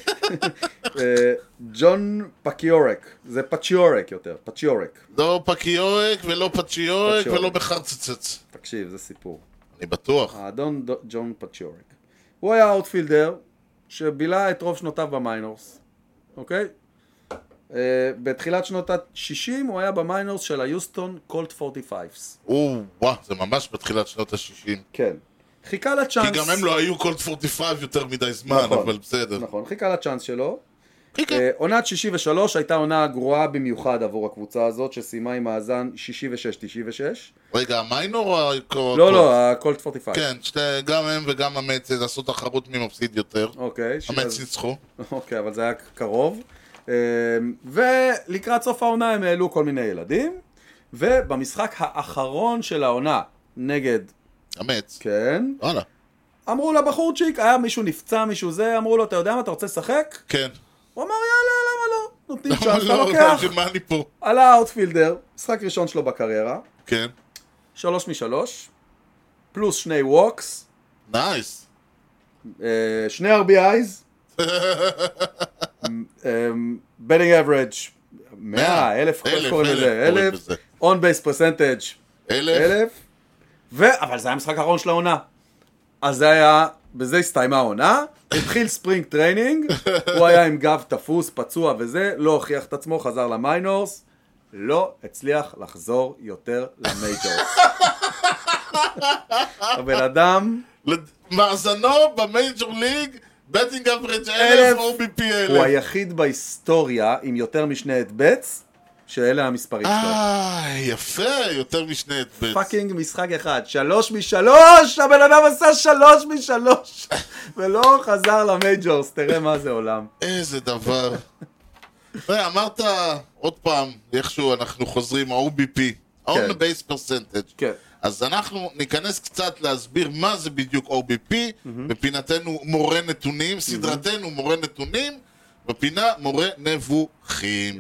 Speaker 1: ג'ון פקיורק. זה פצ'יורק יותר. פצ'יורק.
Speaker 2: לא פקיורק ולא פצ'יורק ולא בחרצצץ.
Speaker 1: תקשיב, זה סיפור.
Speaker 2: אני בטוח.
Speaker 1: האדון ג'ון פצ'יורק. הוא היה אוטפילדר שבילה את רוב שנותיו במיינורס. אוקיי? בתחילת שנות ה-60 הוא היה במיינורס של היוסטון קולט 45's.
Speaker 2: וואו, זה ממש בתחילת שנות ה-60.
Speaker 1: כן. חיכה לצ'אנס.
Speaker 2: כי גם הם לא היו קולט 45 יותר מדי זמן, אבל בסדר.
Speaker 1: נכון, חיכה לצ'אנס שלו. עונת 63 הייתה עונה גרועה במיוחד עבור הקבוצה הזאת, שסיימה עם מאזן 66-96.
Speaker 2: רגע, המיינור או...
Speaker 1: לא, הקולט 45.
Speaker 2: כן, גם הם וגם המץ עשו תחרות מי מפסיד יותר.
Speaker 1: אוקיי.
Speaker 2: המץ ניצחו.
Speaker 1: אוקיי, אבל זה היה קרוב. ולקראת סוף העונה הם העלו כל מיני ילדים, ובמשחק האחרון של העונה נגד...
Speaker 2: המץ.
Speaker 1: כן.
Speaker 2: וואלה.
Speaker 1: אמרו לבחורצ'יק, היה מישהו נפצע, מישהו זה, אמרו לו, אתה יודע מה, אתה רוצה לשחק?
Speaker 2: כן.
Speaker 1: הוא אמר, יאללה, למה לא? נותנים צ'אנס, אתה לוקח.
Speaker 2: מה אני פה?
Speaker 1: עלה האוטפילדר, משחק ראשון שלו בקריירה.
Speaker 2: כן.
Speaker 1: 3-3, פלוס 2 ווקס.
Speaker 2: נייס.
Speaker 1: 2 RBIs. בטינג אברג' 100, 1,000, איך קוראים לזה? 1,000. און בייס פרסנטג' 1,000. אבל זה היה המשחק האחרון של העונה. אז זה היה, בזה הסתיימה העונה, התחיל ספרינג טריינינג, הוא היה עם גב תפוס, פצוע וזה, לא הוכיח את עצמו, חזר למיינורס, לא הצליח לחזור יותר למייג'ורס. הבן אדם...
Speaker 2: מאזנו במייג'ור ליג, בטינג אברג' 1,000 OBP 1,000.
Speaker 1: הוא היחיד בהיסטוריה עם יותר משני אטבטס, שאלה המספרים שלו.
Speaker 2: יפה, יותר משני אטבטס.
Speaker 1: פאקינג משחק אחד, 3-3, הבן אדם עשה 3-3, ולא חזר למייג'ורס, תראה מה זה עולם.
Speaker 2: איזה דבר. אמרת עוד פעם, איכשהו אנחנו חוזרים, ה-OBP, On Base Percentage.
Speaker 1: כן.
Speaker 2: אז אנחנו ניכנס קצת להסביר מה זה בדיוק OBP, בפינתנו מורה נתונים, סדרתנו מורה נתונים, בפינה מורה נבוכים.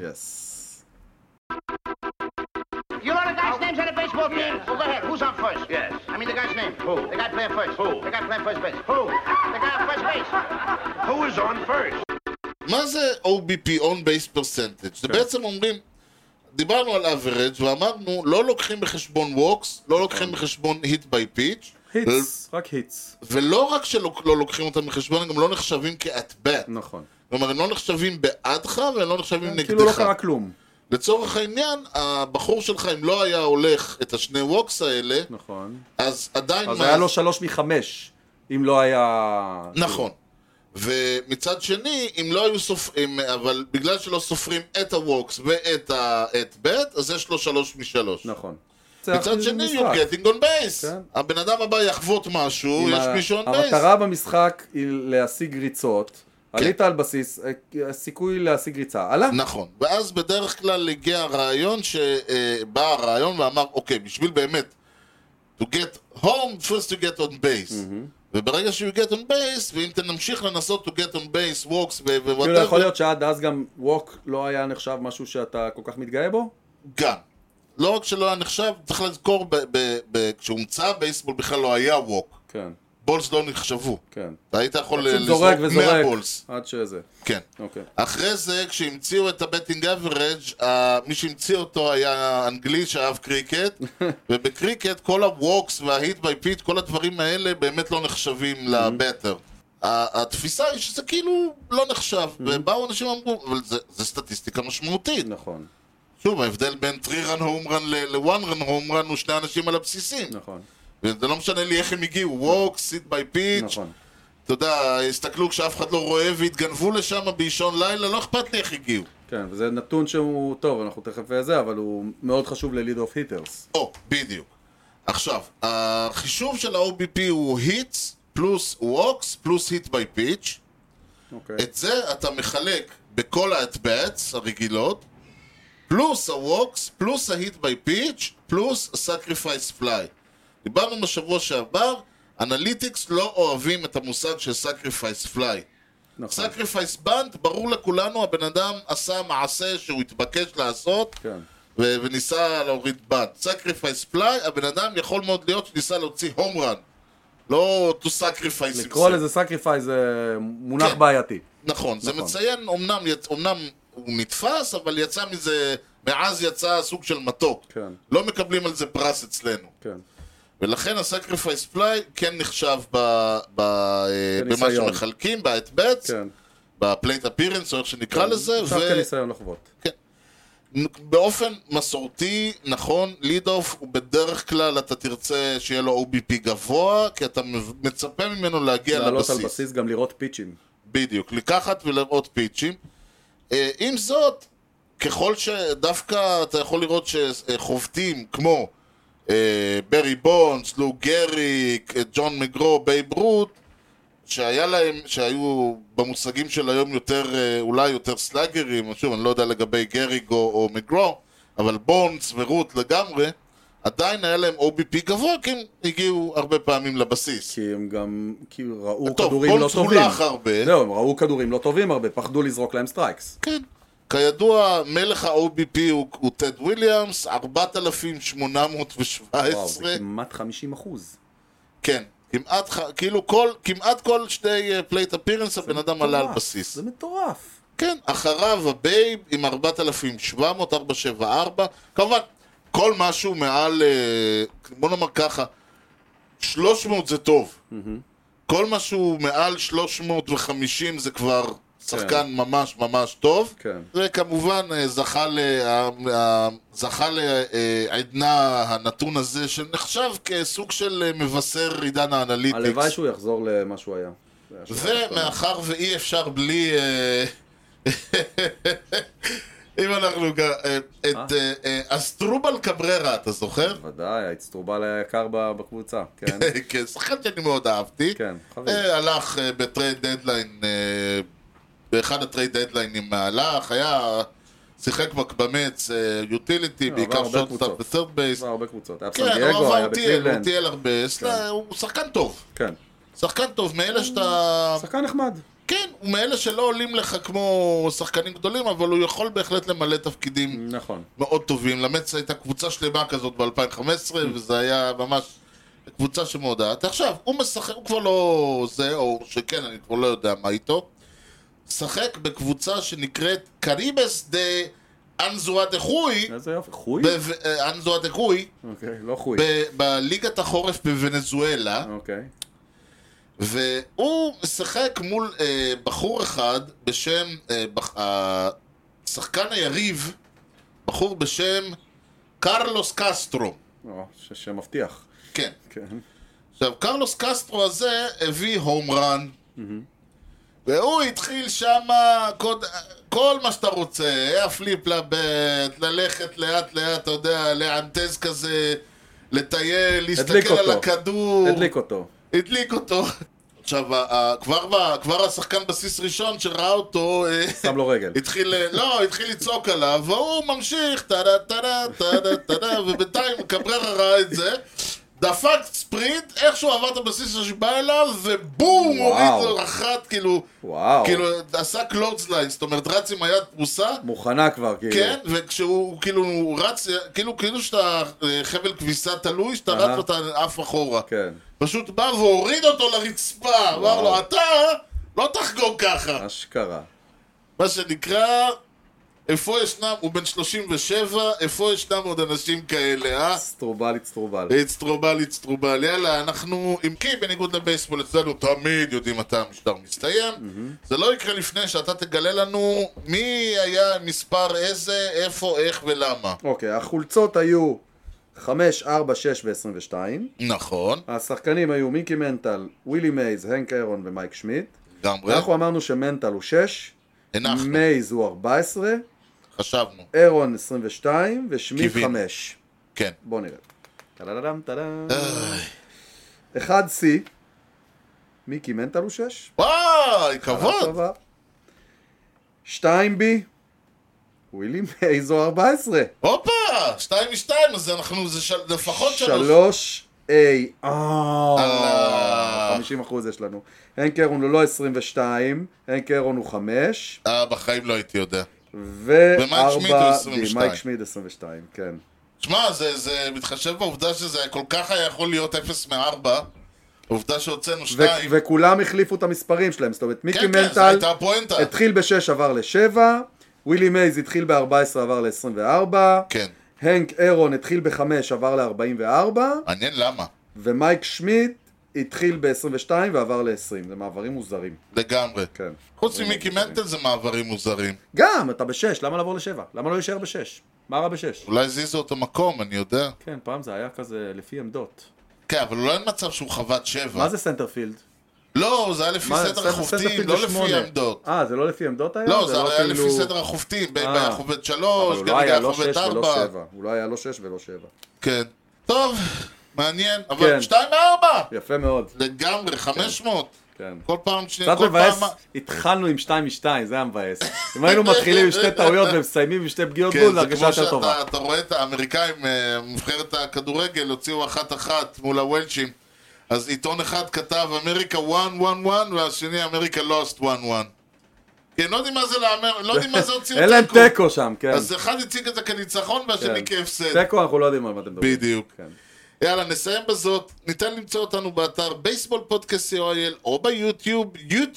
Speaker 3: You know the guy's names on the baseball team? Well, go ahead. Who's on first? Yes. I mean the guy's name. Who? The guy playing first. Who? The guy playing first base. Who? The guy on first base. Who is on first?
Speaker 2: מה זה OBP, On Base Percentage? זה בעצם אומרים, דיברנו על average ואמרנו, לא לוקחים בחשבון walks, לא לוקחים בחשבון hit by pitch.
Speaker 1: היטס, רק היטס.
Speaker 2: ולא רק שלא לוקחים אותם בחשבון, הם גם לא נחשבים כ-at bat.
Speaker 1: נכון.
Speaker 2: כלומר, הם לא נחשבים בעדך והם לא נחשבים נגדך.
Speaker 1: כאילו לא קרה כלום.
Speaker 2: לצורך העניין, הבחור שלך, אם לא היה הולך את השני ווקס האלה,
Speaker 1: נכון.
Speaker 2: אז עדיין...
Speaker 1: אז היה לו 3-5, אם לא היה...
Speaker 2: נכון. ומצד שני, אם לא היו סופרים, אבל בגלל שלא סופרים את הווקס ואת ה-at-bat, אז יש לו 3-3.
Speaker 1: נכון.
Speaker 2: מצד שני, you're getting on base. הבן אדם הבא יחוות משהו, יש מישהו on base.
Speaker 1: המטרה במשחק היא להשיג ריצות. עלית על בסיס, הסיכוי להשיג ריצה. עלה?
Speaker 2: נכון. ואז בדרך כלל הגיע הרעיון שבא הרעיון ואמר, אוקיי, בשביל באמת to get home, first to get on base. וברגע שהוא get on base, ואם נמשיך לנסות to get on base, walks
Speaker 1: כאילו יכול להיות שעד אז גם walk לא היה נחשב משהו שאתה כל כך מתגאה בו?
Speaker 2: גם. לא רק שלא היה נחשב, צריך לזכור, כשהומצא בייסבול בכלל לא היה walk.
Speaker 1: כן.
Speaker 2: בולס לא נחשבו.
Speaker 1: כן.
Speaker 2: אתה היית יכול לזרוק 100 בולס.
Speaker 1: עד שזה.
Speaker 2: כן.
Speaker 1: אוקיי.
Speaker 2: אחרי זה, כשהמציאו את הבטינג אברג', מי שהמציא אותו היה אנגלי שאהב קריקט, ובקריקט כל הווקס וההיט ביי פיט, כל הדברים האלה באמת לא נחשבים לבטר. התפיסה היא שזה כאילו לא נחשב, ובאו אנשים אמרו, אבל זה סטטיסטיקה משמעותית.
Speaker 1: נכון.
Speaker 2: שוב, ההבדל בין 3-run home run ל-1-run home run הוא שני אנשים על הבסיסים.
Speaker 1: נכון.
Speaker 2: וזה לא משנה לי איך הם הגיעו, ווק, סיט ביי פיץ'.
Speaker 1: נכון.
Speaker 2: אתה יודע, הסתכלו כשאף אחד לא רואה והתגנבו לשם באישון לילה, לא אכפת לי איך הגיעו.
Speaker 1: כן, וזה נתון שהוא טוב, אנחנו תכף זה, אבל הוא מאוד חשוב לליד אוף היטרס.
Speaker 2: בדיוק. עכשיו, החישוב של ה-OBP הוא היטס פלוס ווקס פלוס היט ביי פיץ'. את זה אתה מחלק בכל ה-at-bats הרגילות, פלוס הווקס, פלוס ההיט ביי פיץ', פלוס סקריפייס פליי. דיברנו בשבוע שעבר, אנליטיקס לא אוהבים את המושג של סקריפייס פליי. סקריפייס בנט, ברור לכולנו, הבן אדם עשה מעשה שהוא התבקש לעשות, וניסה להוריד בנט. סקריפייס פליי, הבן אדם יכול מאוד להיות שניסה להוציא הום רן. לא to sacrifice.
Speaker 1: לקרוא לזה סקריפייס זה מונח בעייתי.
Speaker 2: נכון, זה מציין, אמנם הוא נתפס, אבל יצא מזה, מאז יצא סוג של מתוק. לא מקבלים על זה פרס אצלנו.
Speaker 1: כן.
Speaker 2: ולכן הסקריפייס פליי כן נחשב במה שמחלקים, ב-at-bats, בפלייט אפירנס, או איך שנקרא לזה.
Speaker 1: נחשב כניסיון לחוות.
Speaker 2: כן. באופן מסורתי, נכון, ליד אוף הוא בדרך כלל אתה תרצה שיהיה לו OBP גבוה, כי אתה מצפה ממנו להגיע לבסיס.
Speaker 1: לעלות על בסיס, גם לראות פיצ'ים.
Speaker 2: בדיוק, לקחת ולראות פיצ'ים. עם זאת, ככל שדווקא אתה יכול לראות שחובטים כמו ברי בונדס, לו גריק, ג'ון מגרו, בייב רות, שהיו במושגים של היום יותר, אולי יותר סלאגרים, שוב, אני לא יודע לגבי גריק או מגרו, אבל בונדס ורות לגמרי, עדיין היה להם OBP גבוה, כי הם הגיעו הרבה פעמים לבסיס.
Speaker 1: כי הם גם ראו כדורים לא טובים.
Speaker 2: טוב, בונדס הולך הרבה.
Speaker 1: לא, הם ראו כדורים לא טובים הרבה, פחדו לזרוק להם סטרייקס.
Speaker 2: כן. כידוע, מלך ה-OBP הוא טד וויליאמס, 4,817.
Speaker 1: וואו, זה כמעט 50%.
Speaker 2: כן, כמעט כל שני פלייט אפירנס הבן אדם עלה על בסיס.
Speaker 1: זה מטורף.
Speaker 2: כן, אחריו הבייב עם 4,700, 474. כמובן, כל משהו מעל, בוא נאמר ככה, 300 זה טוב. כל משהו מעל 350 זה כבר שחקן ממש ממש טוב. וכמובן זכה לעדנה הנתון הזה שנחשב כסוג של מבשר עידן האנליטיקס.
Speaker 1: הלוואי שהוא יחזור למה שהוא היה.
Speaker 2: ומאחר ואי אפשר בלי... אם אנחנו... את אסטרובל קבררה, אתה זוכר?
Speaker 1: ודאי, אסטרובל היה יקר בקבוצה, כן.
Speaker 2: כן, שחקן שאני מאוד אהבתי.
Speaker 1: כן, חביב.
Speaker 2: הלך בטרייד דדליין, באחד הטרייד דדליינים מהלך, היה... שיחק במץ, יוטיליטי, בעיקר שורטסטאפ ות'רד בייס.
Speaker 1: עבר הרבה קבוצות. היה
Speaker 2: כן,
Speaker 1: בסן דייגו,
Speaker 2: הוא טייל הרבה. הוא שחקן טוב.
Speaker 1: כן.
Speaker 2: שחקן טוב, מאלה שאתה...
Speaker 1: שחקן נחמד.
Speaker 2: כן, הוא מאלה שלא עולים לך כמו שחקנים גדולים, אבל הוא יכול בהחלט למלא תפקידים מאוד טובים. למץ הייתה קבוצה שלמה כזאת ב-2015, וזה היה ממש קבוצה שמאוד אהבת. עכשיו, הוא משחק, הוא כבר לא זה, או שכן, אני כבר לא יודע מה איתו. שחק בקבוצה שנקראת קריבס דה אנזואה דה חוי.
Speaker 1: איזה יופי, חוי?
Speaker 2: אנזואה דה חוי.
Speaker 1: אוקיי, לא חוי.
Speaker 2: בליגת החורף בוונזואלה.
Speaker 1: אוקיי.
Speaker 2: והוא משחק מול בחור אחד בשם, השחקן היריב, בחור בשם קרלוס קסטרו.
Speaker 1: שם מבטיח.
Speaker 2: כן. עכשיו, קרלוס קסטרו הזה הביא הום רן. והוא התחיל שמה כל מה שאתה רוצה, היה פליפ לבט, ללכת לאט לאט, אתה יודע, לאנטז כזה, לטייל, להסתכל על הכדור. הדליק אותו. עכשיו, כבר השחקן בסיס ראשון שראה אותו,
Speaker 1: שם לו רגל.
Speaker 2: התחיל לצעוק עליו, והוא ממשיך, טדה טדה טדה טדה, ובינתיים קבררה ראה את זה. דפק ספרינט, איכשהו עבר את הבסיס שבא אליו, ובום, הוריד לו רחת, כאילו, עשה קלורדסליין, זאת אומרת, רץ עם היד פרוסה.
Speaker 1: מוכנה כבר, כאילו.
Speaker 2: כן, וכשהוא, כאילו, רץ, כאילו שאתה חבל כביסה תלוי, שאתה רץ ואתה עף אחורה.
Speaker 1: כן.
Speaker 2: פשוט בא והוריד אותו לרצפה, אמר לו, אתה לא תחגוג ככה.
Speaker 1: אשכרה.
Speaker 2: מה שנקרא... איפה ישנם, הוא בן 37, איפה ישנם עוד אנשים כאלה,
Speaker 1: סטרובל.
Speaker 2: יאללה, אנחנו, אם כי בניגוד לבייסבול אצלנו תמיד יודעים מתי המשטר מסתיים. זה לא יקרה לפני שאתה תגלה לנו מי היה מספר איזה, איפה, איך ולמה.
Speaker 1: אוקיי, החולצות היו 5, 4, 6 ו-22.
Speaker 2: נכון.
Speaker 1: השחקנים היו מיקי מנטל, ווילי מייז, הנק אירון ומייק שמיט.
Speaker 2: גמרי.
Speaker 1: אנחנו אמרנו שמנטל הוא 6, מייז הוא 14,
Speaker 2: חשבנו.
Speaker 1: אירון 22 ושמיט 5.
Speaker 2: כן.
Speaker 1: בוא נראה. טלדדם טלדם. 1C, מיקי מנטל הוא 6.
Speaker 2: וואי, כבוד.
Speaker 1: 2B, ווילי מייז הוא 14.
Speaker 2: הופה, 2 מ-2, אז אנחנו, זה לפחות
Speaker 1: 3. 50% יש לנו. הנק אירון הוא לא 22, הנק אירון הוא 5.
Speaker 2: בחיים לא הייתי יודע.
Speaker 1: ומייק שמיד 22, כן.
Speaker 2: שמע, זה מתחשב בעובדה שזה כל כך היה יכול להיות 0 מ-4, עובדה שהוצאנו 2.
Speaker 1: וכולם החליפו את המספרים שלהם, זאת אומרת, מיקי מנטל התחיל ב-6 עבר ל-7, ווילי מייז התחיל ב-14 עבר ל-24,
Speaker 2: כן.
Speaker 1: הנק אירון התחיל ב-5 עבר ל-44,
Speaker 2: מעניין למה.
Speaker 1: ומייק שמיד התחיל ב-22 ועבר ל-20, זה מעברים מוזרים.
Speaker 2: לגמרי.
Speaker 1: כן.
Speaker 2: חוץ ממיקי מנטל זה מעברים מוזרים.
Speaker 1: גם, אתה ב-6, למה לעבור ל-7? למה לא להישאר ב-6? מה רע ב-6?
Speaker 2: אולי זיזו אותו מקום, אני יודע.
Speaker 1: כן, פעם זה היה כזה לפי עמדות.
Speaker 2: כן, אבל לא אין מצב שהוא חוות 7.
Speaker 1: מה זה סנטרפילד?
Speaker 2: לא, זה היה לפי סדר החופטים, לא לפי עמדות.
Speaker 1: זה לא לפי עמדות היה?
Speaker 2: לא, זה היה לפי סדר החופטים, בחובט 3, כרגע החובט 4.
Speaker 1: הוא לא היה לא 6 ולא 7.
Speaker 2: כן. טוב, מעניין, אבל 2-4.
Speaker 1: יפה מאוד.
Speaker 2: לגמרי, 500.
Speaker 1: כן.
Speaker 2: כל פעם
Speaker 1: קצת מבאס, התחלנו עם 2-2, זה היה מבאס. אם היינו מתחילים עם שתי טעויות ומסיימים עם שתי פגיעות גול, זה הרגשה יותר טובה.
Speaker 2: אתה רואה את האמריקאים, מבחרת הכדורגל, הוציאו 1-1 מול הוולשים. אז עיתון אחד כתב אמריקה 1-1-1 והשני אמריקה לוסט 1-1. כן, לא יודעים מה זה לאמר, לא יודעים מה זה הוציאו תיקו.
Speaker 1: אין להם תיקו שם, כן.
Speaker 2: אז אחד הציג את זה כניצחון והשני כהפסד.
Speaker 1: תיקו אנחנו לא יודעים על מה אתם מדברים.
Speaker 2: בדיוק. יאללה, נסיים בזאת. ניתן למצוא אותנו באתר בייסבול פודקאסט co.il או ביוטיוב,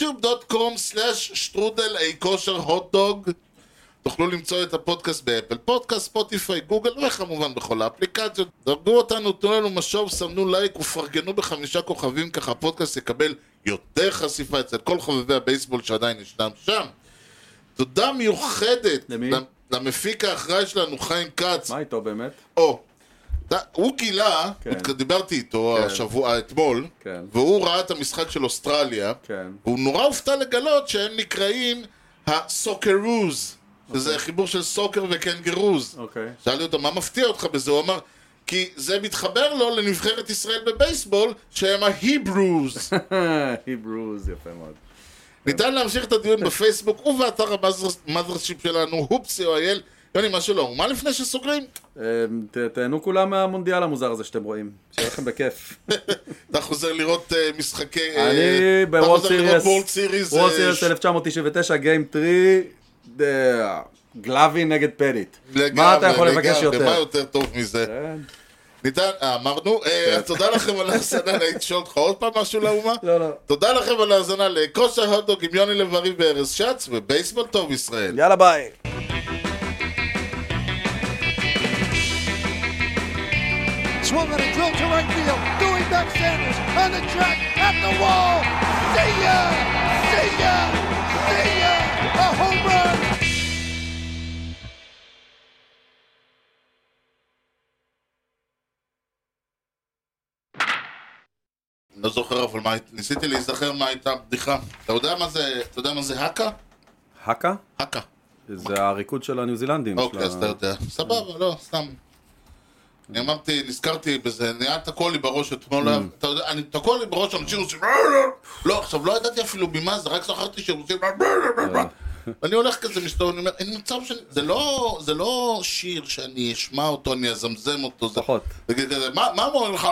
Speaker 2: youtube.com/strudel_hotdog. תוכלו למצוא את הפודקאסט באפל פודקאסט, ספוטיפיי, גוגל וכמובן בכל האפליקציות. דרגו אותנו, תנו לנו משוב, סמנו לייק ופרגנו ב5 כוכבים, ככה הפודקאסט יקבל יותר חשיפה אצל כל חובבי הבייסבול שעדיין ישנם שם. תודה מיוחדת למפיק האחראי שלנו, חיים כץ.
Speaker 1: מה איתו באמת?
Speaker 2: הוא גילה, דיברתי איתו השבוע, אתמול, והוא ראה את המשחק של אוסטרליה, והוא נורא הופתע לגלות שהם נקראים הסוקרוז, שזה חיבור של סוקר וקנגרוז. שאלתי אותו, מה מפתיע אותך בזה? הוא אמר, כי זה מתחבר לו לנבחרת ישראל בבייסבול, שהם ההיברוז.
Speaker 1: היברוז, יפה מאוד.
Speaker 2: ניתן להמשיך את הדיון בפייסבוק ובאתר המאזרשיפ שלנו, הופ.co.il. יוני, משהו לא, מה לפני שסוגרים?
Speaker 1: תהנו כולם מהמונדיאל המוזר הזה שאתם רואים, שיהיה לכם בכיף.
Speaker 2: אתה חוזר לראות משחקי...
Speaker 1: אני בוולד סיריס 1999, גיים 3, גלאבי נגד פדיט. מה אתה יכול לבקש יותר?
Speaker 2: מה יותר טוב מזה? ניתן, אמרנו, תודה לכם על ההאזנה, הייתי שואל אותך עוד פעם משהו לאומה?
Speaker 1: לא.
Speaker 2: תודה לכם על ההאזנה לכושר הוטדוג עם יוני לב-ארי וארז שץ, ובייסבול טוב ישראל.
Speaker 1: יאללה ביי.
Speaker 4: Swung on a drill to right field. Doing back Sanders on the track at the wall. See ya! See ya! See ya! A home run!
Speaker 2: לא זוכר, אבל ניסיתי להיזכר מה הייתה בדיחה. אתה יודע מה זה הקה?
Speaker 1: הקה?
Speaker 2: הקה.
Speaker 1: זה הריקוד של הניו זילנדים.
Speaker 2: אוקיי, אז אתה יודע. סבבה, לא, סתם. אני אמרתי, נזכרתי בזה, נהיה תקוע לי בראש אתמול, אתה יודע, אני תקוע לי בראש, אנשים עושים, לא, עכשיו לא ידעתי אפילו במה זה, רק זכרתי שהם עושים, ואני הולך כזה מסתובב, אני אומר, אין מצב זה לא שיר שאני אשמע אותו, אני אזמזם אותו,
Speaker 1: פחות.
Speaker 2: מה אומר לך?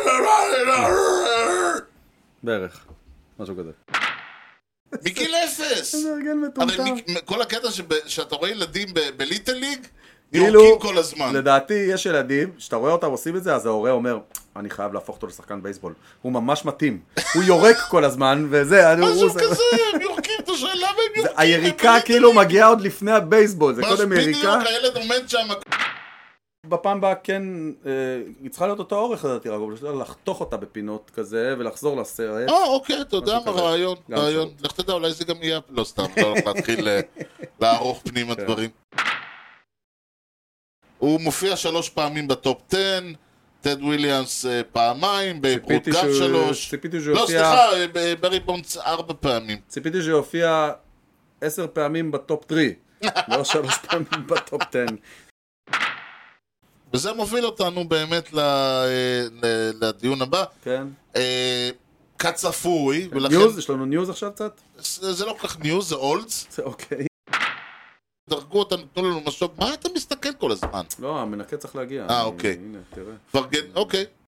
Speaker 1: בערך, משהו כזה.
Speaker 2: מגיל 0. כל הקטע שאתה רואה ילדים בליטל ליג, יורקים כל הזמן.
Speaker 1: לדעתי יש ילדים, שאתה רואה אותם עושים את זה, אז ההורה אומר, אני חייב להפוך אותו לשחקן בייסבול. הוא ממש מתאים. הוא יורק כל הזמן, וזה...
Speaker 2: משהו כזה, הם יורקים, אתה שואל למה הם יורקים?
Speaker 1: היריקה כאילו מגיעה עוד לפני הבייסבול, זה קודם יריקה.
Speaker 2: בדיוק, הילד עומד שם.
Speaker 1: בפעם הבאה כן, היא צריכה להיות אותו אורך, לדעתי, לחתוך אותה בפינות כזה, ולחזור לסרט.
Speaker 2: אוקיי, אתה יודע מה, רעיון. לך תדע, אולי זה גם יהיה... לא סתם, לא הולך להתחיל לערוך פנים הדברים. הוא מופיע 3 פעמים בטופ 10, טד וויליאמס פעמיים, בפרוט גם 3. לא, סליחה, ברי בונדס 4 פעמים.
Speaker 1: ציפיתי שהופיע 10 פעמים בטופ 3, לא 3 פעמים בטופ 10.
Speaker 2: וזה מוביל אותנו באמת לדיון הבא.
Speaker 1: כן.
Speaker 2: כצפוי.
Speaker 1: ניוז? יש לנו ניוז עכשיו קצת?
Speaker 2: זה לא כך ניוז, זה אולדס.
Speaker 1: זה אוקיי.
Speaker 2: דרגו אותנו, תנו לנו משוב, מה אתה מסתכל כל הזמן?
Speaker 1: לא, המנקה צריך להגיע.
Speaker 2: אוקיי.
Speaker 1: הנה, תראה.
Speaker 2: פרגן, אוקיי.